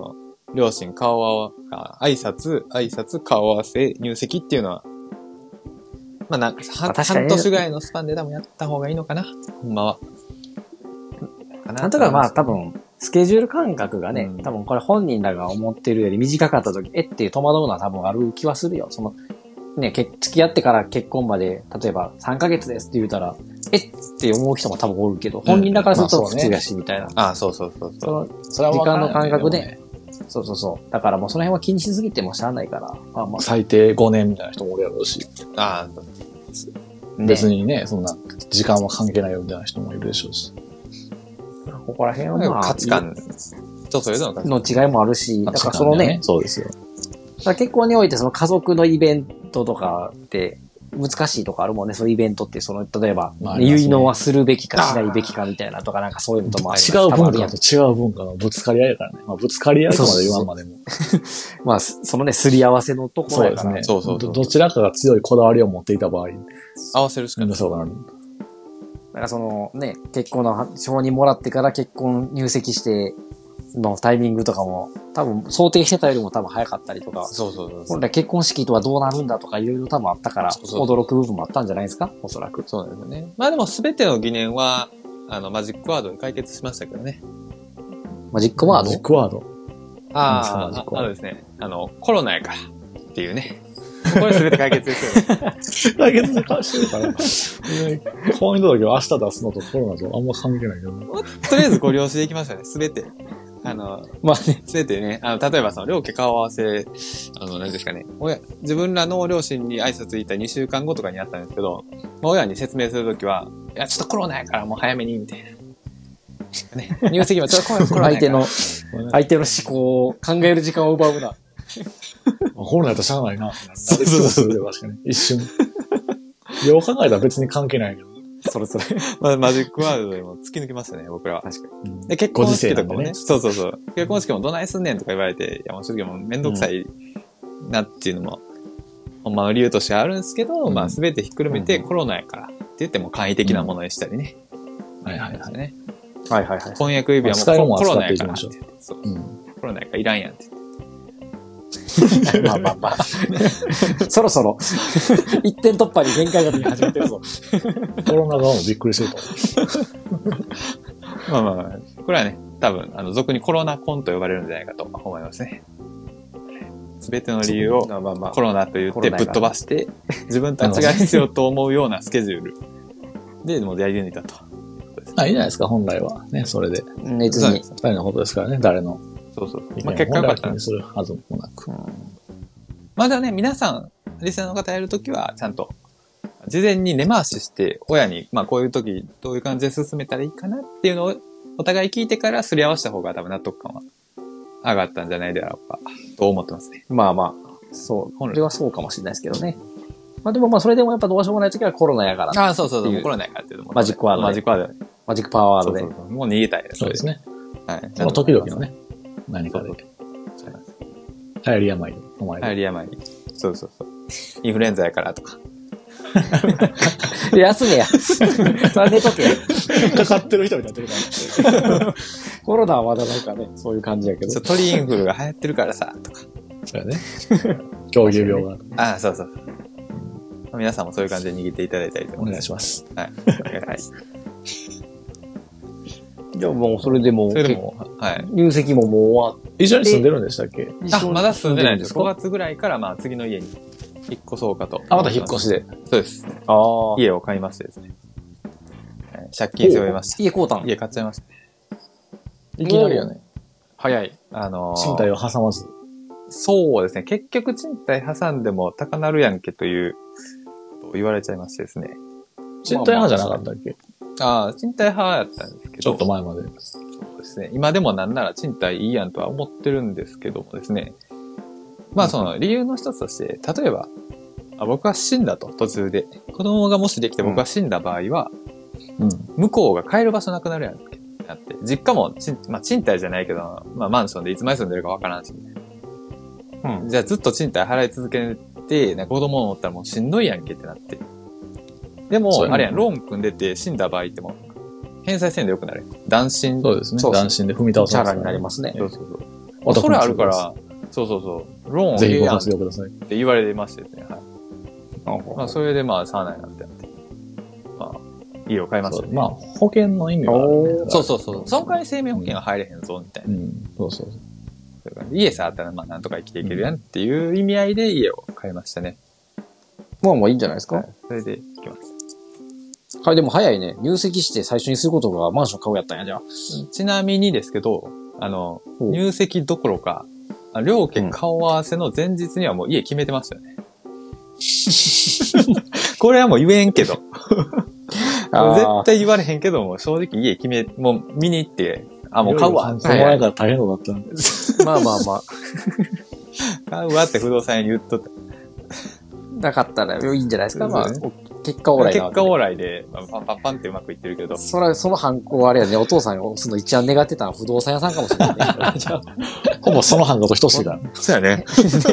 C: 両親顔合わ、挨拶、挨拶、顔合わせ、入籍っていうのは、まあな、半年ぐらいのスパンで多分やった方がいいのかな、ほんまは。
D: なんとかまあ多分、スケジュール感覚がね、
C: うん、
D: 多分これ本人らが思ってるより短かった時、えっていう戸惑うのは多分ある気はするよ。その、ね、付き合ってから結婚まで、例えばさんかげつですって言うたら、えって思う人も多分おるけど、本人らからすると普通やし、みたいな。
C: ああ、そうそうそうそう。
D: その、時間の感覚で、そうそうそう。だからもうその辺は気にしすぎてもしゃあないから。
B: まあまあ、最低ごねんみたいな人もおるやろうし。
C: ああ、
B: 別にね、そんな、時間は関係ないよみたいな人もいるでしょうし。
D: ここら辺はまあ、
C: 価値観、人それぞれ
D: の違いもあるし、だからそのね、
B: そうですよ。
D: 結婚においてその家族のイベントとかって難しいとかあるもんね。そういうイベントって、その、例えば、結納はするべきかしないべきかみたいなとかなんかそういうのともある。
B: 違う文化と違う文化のぶつかり合いやからね。まあ、ぶつかり合いとまで言わんまでも。
D: まあ、そのね、すり合わせのところやから。
B: そうですね。そうそうそう。どちらかが強いこだわりを持っていた場合。
C: 合わせるしかない。
B: そうかなる。
D: だからそのね、結婚の承認もらってから結婚入籍してのタイミングとかも多分想定してたよりも多分早かったりとか。
C: そうそうそう。
D: 本来結婚式とはどうなるんだとかいろいろ多分あったから驚く部分もあったんじゃないですか、おそらく。
C: そうなんですよね。まあでも全ての疑念は、あの、マジックワードで解決しましたけどね。
D: マジックワード
B: マジックワード
C: ああ、あのですね、あの、コロナやからっていうね。これ全て解決ですよね。
B: 解決で返してるから、ね、婚姻届を明日出すのとコロナとあんま関係ないけど、ね。
C: とりあえずご了承できましたね、全て。あの、
D: まあね。
C: 全てね、あの、例えばその、両家顔合わせ、あの、何ですかね、親、自分らの両親に挨拶行ったにしゅうかんごとかにあったんですけど、親に説明するときは、いや、ちょっとコロナやからもう早めに、みたいな。ね、入籍もちょっとコロナやから。
D: 相手の、相手の思考を考える時間を奪うな。
B: コロナやったらしゃあないな。そうそうそう。確かに。一瞬。よう考えたら別に関係ないけど。
D: それそれ。
C: まあ、マジックワールドでも突き抜けましたね、僕らは。
D: 確かに。
C: うん、で、結婚式とかもね。そうそうそう。結婚式もどないすんねんとか言われて、いや、もう正直もうめんどくさいなっていうのも、ほんまの理由としてあるんですけど、うん、まあ、すべてひっくるめてコロナやからって言っても簡易的なものにしたりね。
B: うん、はいはいはい。
C: ね、
D: はいはいはい。
C: 婚約指輪もコロナやからって言って。そう。
B: うん、
C: コロナやからいらんやんって言って。
D: まあまあまあ。そろそろ、一点突破に限界が見始めてるぞ。
B: コロナ側もびっくりすると。
C: まあまあまあ、これはね、多分、あの、俗にコロナ婚と呼ばれるんじゃないかと思いますね。すべての理由をコロナと言ってぶっ飛ばして、自分たちが必要と思うようなスケジュールでもうやり抜いたと。
B: あ、いいじゃないですか、本来は。ね、それで。
D: 別に。
B: 二人のことですからね、誰の。
C: そうそう。
B: まあ、結果良かったにするはずもなく。うん、
C: まだね、皆さん、リスナーの方やるときは、ちゃんと、事前に根回しして、親に、まあこういうとき、どういう感じで進めたらいいかなっていうのを、お互い聞いてからすり合わせた方が多分納得感は上がったんじゃないだろうか、と思ってますね。
D: まあまあ、そう。これはそうかもしれないですけどね。まあでもまあそれでもやっぱどうしようもないときはコロナやから。
C: ああ、そうそうそう、コロナやからっていうのも。
D: マジックワードで。
C: マジックワードで。
D: マジックパワードで。
C: そうそうそうもう逃げたいです。
B: そうですね。
C: はい。
B: その時々のね、何かで。流行り病で。
C: お前流行り病。そうそうそう。インフルエンザやからとか。
D: 休めや。それ寝とけや。
B: かかってる人になってるから。
D: コロナはまだなんかね、そういう感じやけど。
C: 鳥インフルが流行ってるからさ、とか。
B: そうやね。狂牛病が。
C: ああ、そうそう。皆さんもそういう感じで握っていただいたりと
B: お願いします。
C: はい。はい。
D: じゃあもうそれでも、
C: それでも、はい。
D: 入籍ももう終わって。
B: 一緒に住んでるんでしたっけ？
C: あ、まだ住んでないんです。ごがつぐらいからまあ次の家に引っ越そうかと。
B: あ、また引っ越しで。
C: そうです。
D: ああ。
C: 家を買いましてですね。借金背負いました。
D: 家買うたん？
C: 家買っちゃいました。
B: いきなりやね。
C: 早い。あのー、
B: 賃貸を挟まず。
C: そうですね。結局賃貸挟んでも高なるやんけという、と言われちゃいましてですね。
B: 賃貸派じゃなかったっけ？
C: ああ、賃貸派やったんですけど。
B: ちょっと前まで。
C: そうですね。今でもなんなら賃貸いいやんとは思ってるんですけどもですね。まあその理由の一つとして、例えば、あ僕は死んだと、途中で。子供がもしできて僕が死んだ場合は、うん、向こうが帰る場所なくなるやんけ。なって。実家もち、まあ賃貸じゃないけど、まあマンションでいつまで住んでるかわからんし。うん。じゃあずっと賃貸払い続けて、なんか子供を持ったらもうしんどいやんけってなって。でも、あれやん、ローン組んでて死んだ場合っても、返済せんでよくなる。断信。
B: そうですね。断信で踏み倒す。
D: チャラになりますね。
C: そうそうそう。
B: お得
C: それあ
B: にする
C: るから、そうそうそう。ローン
B: ぜひご
C: ええやんっ
B: 活用ください。
C: て言われてましてですね。はい。まあ、それでまあ、しゃあないなってなって。まあ、家を買いましたね。
B: まあ、保険の意味はあるね。
C: そうそうそう。損害生命保険が入れへんぞ、みたいな。
B: うん。そうそうそう。
C: 家さあったら、まあ、なんとか生きていけるやんっていう意味合いで家を買いましたね。
D: まあまあいいんじゃないですか。
C: はい。それで行きます。
D: はい、でも早いね。入籍して最初にすることがマンション買うやったんや、じゃあ。
C: ちなみにですけど、あの、
D: ほう
C: 入籍どころか、あ両家顔合わせの前日にはもう家決めてましたよね。これはもう言えんけど。
D: あー
C: 絶対言われへんけども、正直家決め、もう見に行って、あ、もう買うわ。
B: そう前から大変だったんで。
D: まあまあまあ。
C: 買うわって不動産屋に言っとった。
D: なかったらいいんじゃないですか。まあ
C: そう、
D: 結果オーライなわけで
C: 結果オーライで、まあパンパンパンってうまくいってるけど。
D: それ、その犯行はあれやね、お父さんが押すの一番願ってたのは不動産屋さんかもしれないね。じゃあ
B: ほぼその版画と等しいから。
C: そうやね。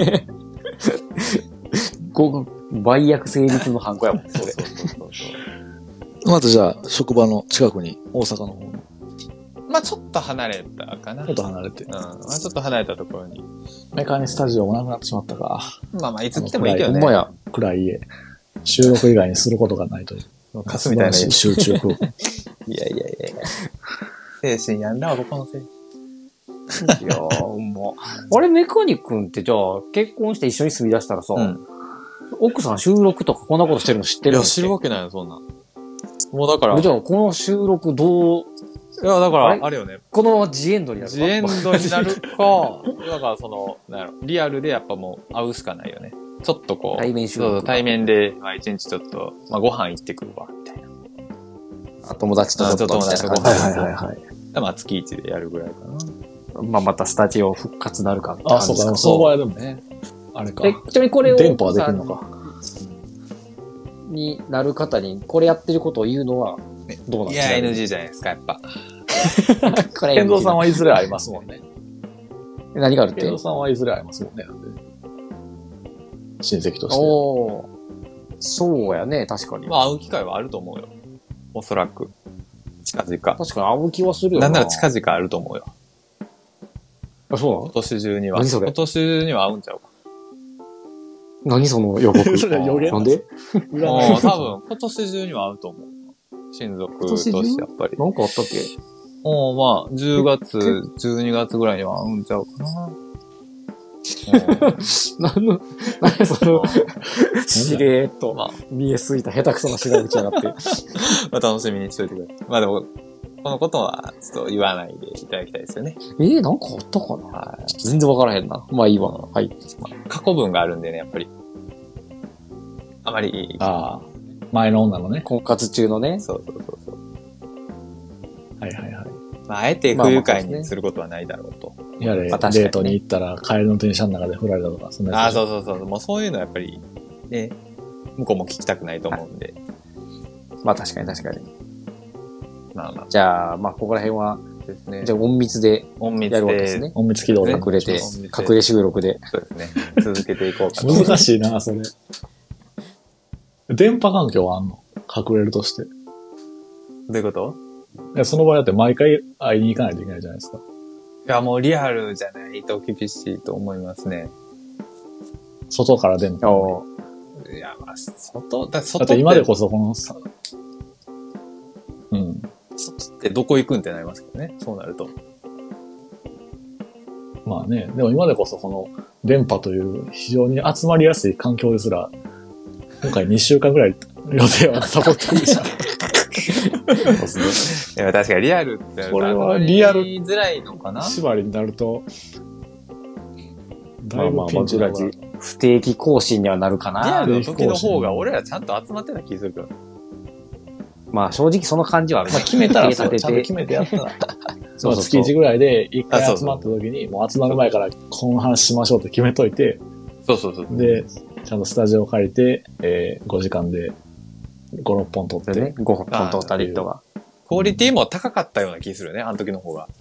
D: ご売約成立の犯行やもん、それ。
B: まずじゃあ、職場の近くに、大阪の方の、
C: まあちょっと離れたかな。
B: ちょっと離れて
C: うん。。まあちょっと離れたところに。
B: メカニスタジオもなくなってしまったか。
C: まあまあいつ来てもいいけどね。
D: ほんまや。
B: 暗い家。収録以外にすることがないという。
C: カスみたいな家。
B: 集中空間。
C: いやいやいやいや。精神やんだわ、ここのせい。
D: いやー、ほんま。あれ、メカニ君ってじゃあ、結婚して一緒に住み出したらさ、
C: うん。
D: 奥さん収録とかこんなことしてるの知って
C: いや、
D: るの
C: 知るわけないよ、そんなん。もうだから、い
D: じゃあ、この収録どう、
C: や、だから、
D: あれ
C: あれよね。
D: このままジエンドになるか
C: ジエンドになるか、だからその、なんやろ、リアルでやっぱもう会うしかないよね。ちょっとこう、
D: 対面収録
C: そうそう対面で、まあ一日ちょっと、まあご飯行ってくるわ、みたいな。
D: あ友達とちょっとみたいな感じ
C: はい
B: はいはいはい。
C: まあ月一でやるぐらいかな。
D: まあ、またスタジオ復活なるかって感
B: あ、そうか、
D: じですか。
B: その場合でもね。あれか。
D: え、ちなみにこれを、
B: 電波はできるのか。
D: になる方に、これやってることを言うのは、どうなん
C: い
D: ですか
C: や、エヌジー じゃないですか、やっぱ。
D: これ
B: 健三さんはいずれ会いますもんね。
D: 何があるって
B: 健三さんはいずれ会いますもんね。なんで親戚として。
D: おー。そうやね、確かに。
C: まあ会う機会はあると思うよ。おそらく。近々。
D: 確かに会う気はするよな。
C: なんなら近々あると思うよ。
D: あ、そうなの
C: 今年中には。
D: 何それ
C: 今年中には会うんちゃうか。
D: 何その予告。
B: それ予言
D: なんで
C: うん、多分、今年中には会うと思う。親族としてやっぱり。
D: なんかあったっけ
C: おまあ、じゅうがつ、じゅうにがつぐらいには会うんちゃうかな。
D: 何の、何その、しれーっと、
C: まあ、
D: 見えすぎた下手くそな調べちゃがって。
C: まあ楽しみにしといてくれ。まあでも、このことはちょっと言わないでいただきたいですよね。
D: えー、なんかあったかな
C: はい。
D: 全然わからへんな。まあいいわ。はい。
C: 過去文があるんでね、やっぱり。あまり、
B: ああ。前の女のね。
D: 婚活中のね。
C: そうそうそうそう。
B: はいはいはい。
C: まあ、あえて不愉快にすることはないだろうと。
B: やれ、
D: まあ確かにね
B: デートに行ったら、帰りの電車の中で振られたとか、そんな
C: ああ、
B: やつでしょ。
C: そうそうそう。もうそういうのはやっぱり、ね、向こうも聞きたくないと思うんで。
D: まあ確かに確かに。
C: まあま
D: じゃあ、まあここら辺は、
C: あ、ですね。
D: じゃあ隠密で
C: 隠密
D: やるわけですね。
B: 隠密起動で。
C: ね
D: 隠れて、
C: 隠密
D: 隠れ収録で。
C: そうですね。続けていこうかと。
B: 難しいな、それ。電波環境はあんの隠れるとして。
C: どういうこと
B: いやその場合だって毎回会いに行かないといけないじゃないですか。
C: いや、もうリアルじゃないと厳しいと思いますね。
B: 外から電波。
D: お
C: いや、まあ、外、だ
B: だ
C: 外
B: って今でこそこのさ、うん。
C: 外ってどこ行くんってなりますけどね。そうなると。
B: まあね、でも今でこそこの電波という非常に集まりやすい環境ですら、今回にしゅうかんぐらい予定はサボってるじゃん。
D: そうですね。
C: いや、確かにリアルってやると
B: これはリアル
C: 集まりづらいのかな。
B: 縛りになると、だい
D: まあまあ、
B: ぶピンチだ
D: 僕ら不定期更新にはなるか
C: リア
D: な。
C: ルの時の方が俺らちゃんと集まってた気するけど。
D: まあ正直その感じはあるね。
B: まあ決めたらそう、
D: 立てて
B: ちゃんと決めてやったら。
D: そうそうそう
B: まあ月いちぐらいで一回
C: あそうそう
B: 集まった時に、もう集まる前からこの話しましょうって決めといて、
C: そうそうそう。
B: で、ちゃんとスタジオを借りて、えー、ごじかんでご、ろっぽん撮って、
D: ね、ごほん撮ったりとか。
C: クオリティも高かったような気するね、あの時の方が。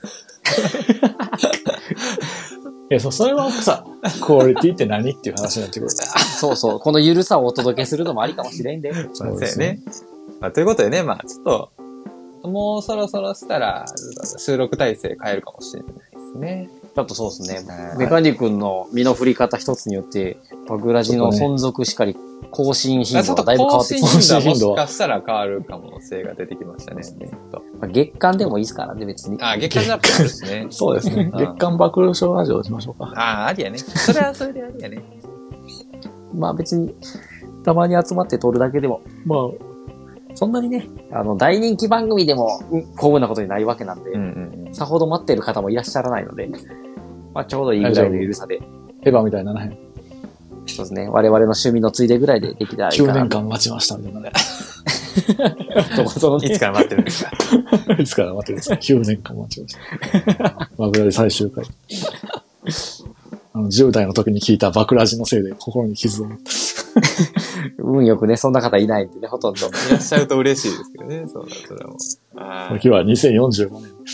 B: いや、そ、それはさ、クオリティって何っていう話になってくる。
D: そうそう。このゆるさをお届けするのもありかもしれんで。
C: そうですね。まあ、ということでね、まあちょっと、もうそろそろしたら、収録体制変えるかもしれないですね。
D: ちょっとそうですね。メカニ君の身の振り方一つによって、バグラジの存続しかり、更新頻度がだいぶ変わってきて、
C: 更新頻度はもしかしたら変わる可能性が出てきましたね。
D: まあ、月間でもいいですからね、別に。
C: あ、月間だったんですね。
B: そうですね。月間暴露症ラジオしましょうか。
C: ああ、ありやね。それはそれでありやね。
D: まあ別に、たまに集まって撮るだけでも、まあ、そんなにね、あの、大人気番組でも、幸運なことにないわけなんで、うんうんうん、さほど待ってる方もいらっしゃらないので、まあちょうどいいぐらいの緩さで。
B: エヴァみたいななへん。
D: そうですね。我々の趣味のついでぐらいでできたらいいかな。
B: きゅうねんかん待ちましたみたいなね。
C: いつから待ってるんですか
B: いつから待ってるんですか ?きゅうねんかん待ちました。バクラジ最終回。あのじゅう代の時に聞いたバクラジのせいで心に傷を持った。
D: 運よくね、そんな方いないんでね、ほとんど。い
C: らっしゃると嬉しいですけどね、そうだ、それはもう。
B: あ今日はにせんよんじゅうごねんです。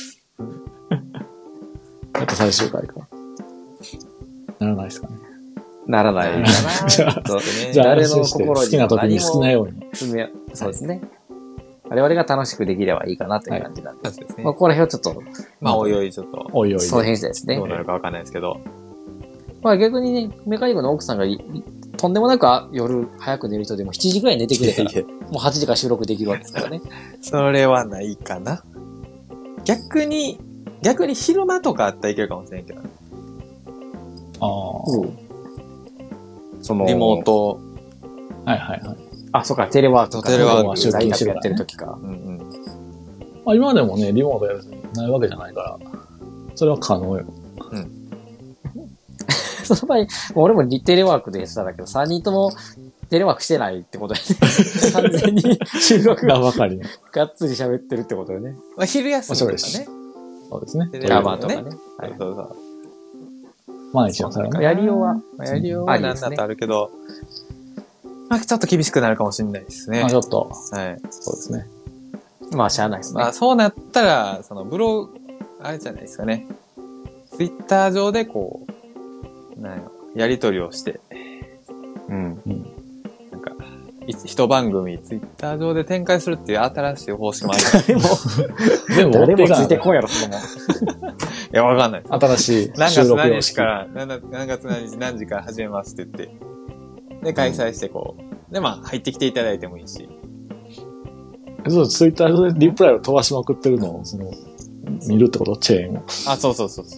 B: やっと最終回か。ならないですかね。
D: ならないかな。
B: じゃあ、じゃあ誰の心に好きな時に好きなように。
D: そうですね。我々が楽しくできればいいかなという感じなんで。
C: そうですね。
D: まあ、ここら辺はちょっと。
C: まあ、おいおいちょっと。
B: おいおい。
D: その辺ですね。
C: どうなるかわかんないですけど。
D: まあ逆にね、メカニクの奥さんがとんでもなく夜早く寝る人でもしちじくらい寝てくれたら、もうはちじから収録できるわけですからね。
C: それはないかな。逆に、逆に昼間とかあったらいけるかもしれんけど。
B: ああ。
D: うん。その、
C: リモート。
B: はいはいはい。
D: あ、そうか、テレワークとか。
C: テレワーク
D: 在宅やってる時か。
C: うんうん。
B: まあ今でもね、リモートやるにないわけじゃないから、それは可能よ。
C: うん。
D: その場合、もう俺もテレワークでやってたんだけど、さんにんともテレワークしてないってことで、ね、完全に収録が
B: ばかりね。
D: がっつり喋ってるってことよね。
C: まあ昼休みとかね。
B: そうですね。
C: テレワークとかね。
D: はい、
C: そうそう。
B: 毎日のさ
D: やりようは、
C: やりようはなんだとあるけど、まあちょっと厳しくなるかもしれないですね。
B: まあちょっと。
C: はい。
B: そうですね。
D: まあしゃあないですね。
C: まあそうなったら、そのブログ、あれじゃないですかね。ツイッター上でこう、なんややりとりをして、
D: うん。うん、
C: なんか、一番組ツイッター上で展開するっていう新しい方式もある。
D: でも、でも誰もついてこんやろ、そのもん。い
C: や、わかんない。
B: 新しい
C: 何月何日から、何月何日何時から始めますって言って、で、開催してこう、で、まあ、入ってきていただいてもいいし。
B: そう、ツイッターでリプライを飛ばしまくってるのを、その、見るってことチェーンを。
C: あ、そうそうそう。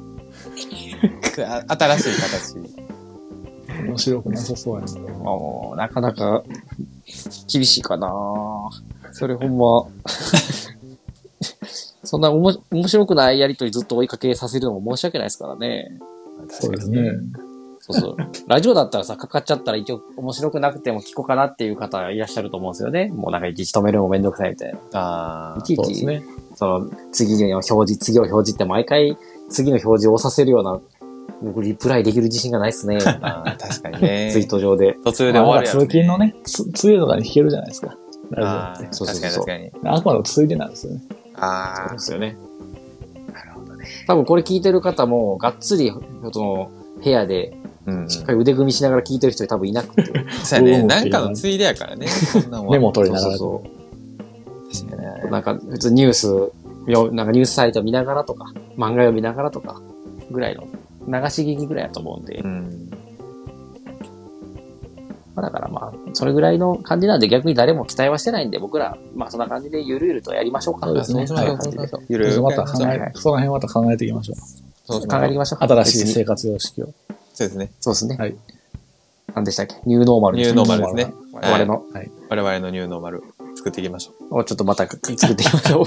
C: 新しい形。
B: 面白くなさそうやね。
D: もう、なかなか、厳しいかなそれほんま、そんなおも面白くないやりとりずっと追いかけさせるのも申し訳ないですからね。
B: そうですね。
D: そうそう。ラジオだったらさ、かかっちゃったら一応面白くなくても聞こうかなっていう方いらっしゃると思うんですよね。もうなんかいちいち止めるのもめんどくさいみたいな。
C: ああ。
D: いちいち、
B: そうですね。
D: その、次の表示、次を表示って毎回次の表示を押させるような、僕リプライできる自信がないっすね。
C: あ確かにね。
D: ツイート上で。
C: 途中で終わるやつ、
B: ね。通勤のね、つ、ついとかに弾けるじゃないですか。
C: ラジオって。そうそうそう。確かに確かに。
B: あくまでついでなんですよね。
C: ああ。
D: そうですよね。
C: なるほどね。
D: 多分これ聞いてる方も、がっつり、その、部屋で、しっかり腕組みしながら聞いてる人多分いなくて。
C: そうやね。なんかのついでやからね。
B: メモ取りながら。
D: そうそうそう。なんか、普通ニュース、なんかニュースサイト見ながらとか、漫画読みながらとか、ぐらいの、流し聞きぐらいだと思うんで。うん、まあ、だからまあ、それぐらいの感じなんで逆に誰も期待はしてないんで、僕ら、まあそんな感じでゆるゆるとやりましょうか。
B: そうですね。
D: はい。
B: ゆるゆる。また考え、その辺また考えていきましょう。
D: そう考えていきましょう。
B: 新しい生活様式を。
C: そうですね。
D: そうですね。
B: はい。
D: 何でしたっけニューノーマル。
C: ニューノーマルですね。
D: 我々の、
C: はい。我々のニューノーマル作っていきましょ
D: う。をちょっとまた作っていきましょう。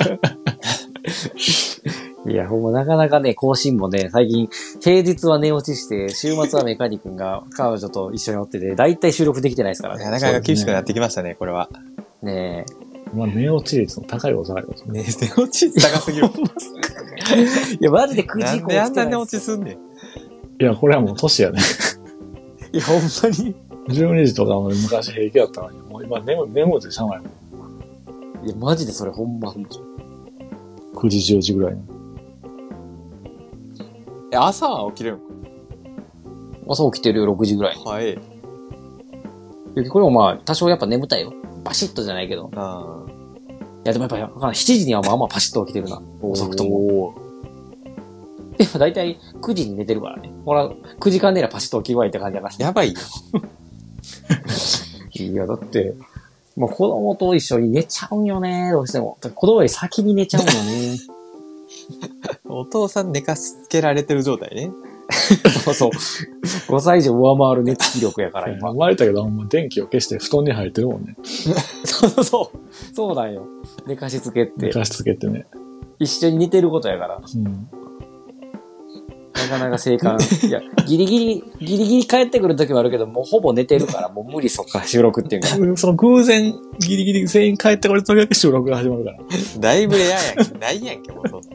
D: いや、ほんまなかなかね、更新もね、最近、平日は寝落ちして、週末はメカニ君が彼女と一緒に乗ってて、だいたい収録できてないですからね。
C: なかなか厳しくなってきましたね、これは。
D: ね
B: え。まあ、寝落ち率の高いおさらいです
C: ね。寝落ち率高すぎる。
D: いや、マジでくじ以降
C: なんであんな寝落ちすんねん。
B: いや、これはもう年やね。
D: いや、ほんまに。
B: じゅうにじとかも昔平気だったのに、もう今寝落ちしゃないもん。
D: いや、マジでそれほんま。
B: くじ、じゅうじぐらい。
C: え、朝は起きれる
D: の？朝起きてるよ、ろくじぐらい。
C: はい。
D: これもまあ、多少やっぱ眠たいよ。バシッとじゃないけど。
C: ああ。
D: いや、でもやっぱ、しちじにはまあまあパシッと起きてるな。遅くとも。 でも大体くじに寝てるからね。ほら、くじかん寝らパシッと起きばいいって感じだから。
C: やばいよ。
D: いや、だって、もう子供と一緒に寝ちゃうんよね、どうしても。子供より先に寝ちゃうんよね。
C: お父さん寝かしつけられてる状態ね。
D: そうそう。ごさい以上上回る寝つき力やから今。
B: 生まれたけど、もう電気を消して布団に入ってるもんね。
D: そうそうそう。そうなんよ。寝かしつけって
B: 寝。かしつけてね。
D: 一緒に寝てることやから。
B: うん。
D: なかなか生還。いや、ギリギリ、ギリギリ帰ってくる時もあるけど、もうほぼ寝てるから、もう無理そっから収録っていうか。
B: その偶然、ギリギリ全員帰ってこれた時だけ収録が始まるから。
C: だいぶレアやんけ。ないやんけ、もうそう。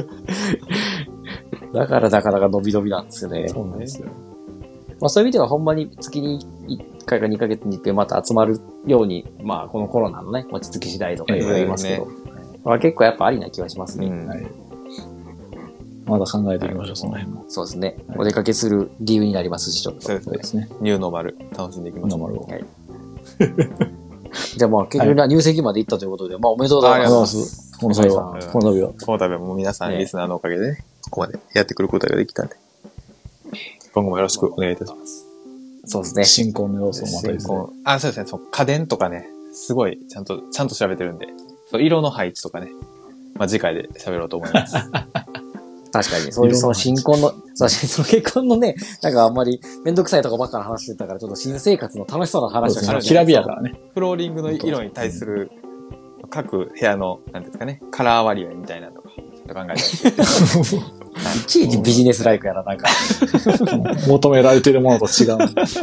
D: だからなかなか伸び伸びなんですよね。
B: そうなんですよ。
D: まあそういう意味ではほんまに月にいっかいかにかげつにいっぺんまた集まるように、まあこのコロナのね、落ち着き次第とかいろいろ言いますけど、まあ結構やっぱありな気はしますね。
C: うん
B: はい。まだ考えていきましょう、その辺も。
D: そうですね。お出かけする理由になりますし、ちょっと。
C: そうですね。
B: ですね。
C: ニューノーマル、楽しんでいきましょう。
B: ノーマルを。
D: はいじゃあまあ結局な入籍まで行ったということで、まあおめでとうござい
C: ありがとうご
D: ま。
C: ざいますす。
B: この際は、この度は。
C: この度はもう皆さん、リスナーのおかげでね、ここまでやってくることができたんで、今後もよろしくお願いいたします。
D: そうですね。
B: 新婚の要素をまたですね。
C: こうあ、そうですね。そう家電とかね、すごい、ちゃんと、ちゃんと調べてるんで、そう色の配置とかね、まあ次回で喋ろうと思います。
D: 確かに、そういうその新婚の、そうその結婚のね、なんかあんまりめんどくさいとこばっかの話してたから、ちょっと新生活の楽しそうな話をしました。
B: きらびやからね。
C: フローリングの色に対する、各部屋の、なんていうんですかね、カラー割合みたいなのとか、ちょっと考えたりして。
D: いちいちビジネスライクやな、なんか。
B: 求められてるものと違う。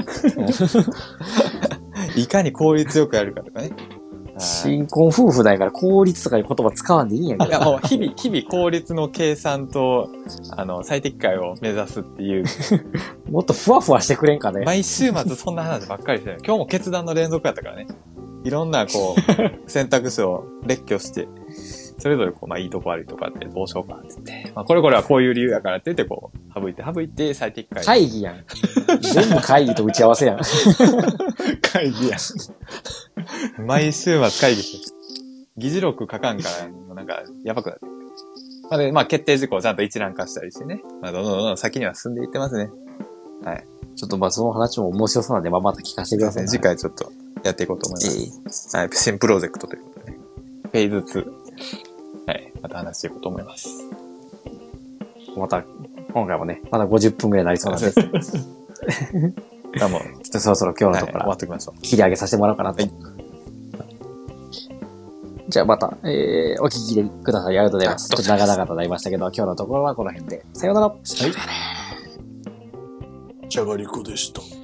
C: いかに効率よくやるかとかね。
D: 新婚夫婦だから効率とかいう言葉使わんでいいんやけど。
C: いや、もう日々、日々効率の計算と、あの、最適解を目指すっていう。
D: もっとふわふわしてくれんかね。
C: 毎週末そんな話ばっかりしてる。今日も決断の連続やったからね。いろんな、こう、選択肢を列挙して、それぞれこう、まあいいとこ悪いとこあってどうしようかって言って、まあこれこれはこういう理由やからって言ってこう、省いて省いて最適解。
D: 会議やん。全部会議と打ち合わせやん。
B: 会議や。
C: 毎週末会議して、議事録書かんから、もうなんか、やばくなってくる。まあで、まあ決定事項をちゃんと一覧化したりしてね。まあどんどんどんどん先には進んでいってますね。はい。
D: ちょっとまあその話も面白そうなんで、まあまた聞かせてください。
C: 次回ちょっとやっていこうと思います。
D: え
C: はい。新プロジェクトということでね。フェーズツー。はい。また話していこうと思います。
D: えまた、今回もね、まだごじゅっぷんぐらいになりそうなんで、ちょ
C: あ、もう、
D: っとそろそろ今日のところから
C: はい終わっておきましょう。
D: 切り上げさせてもらおうかなと。
C: はい
D: じゃあまた、えー、お聞きくださりありがとうございます。ちょっと長々となりましたけど、今日のところはこの辺で。さようなら。
B: はい。じゃがりこでした。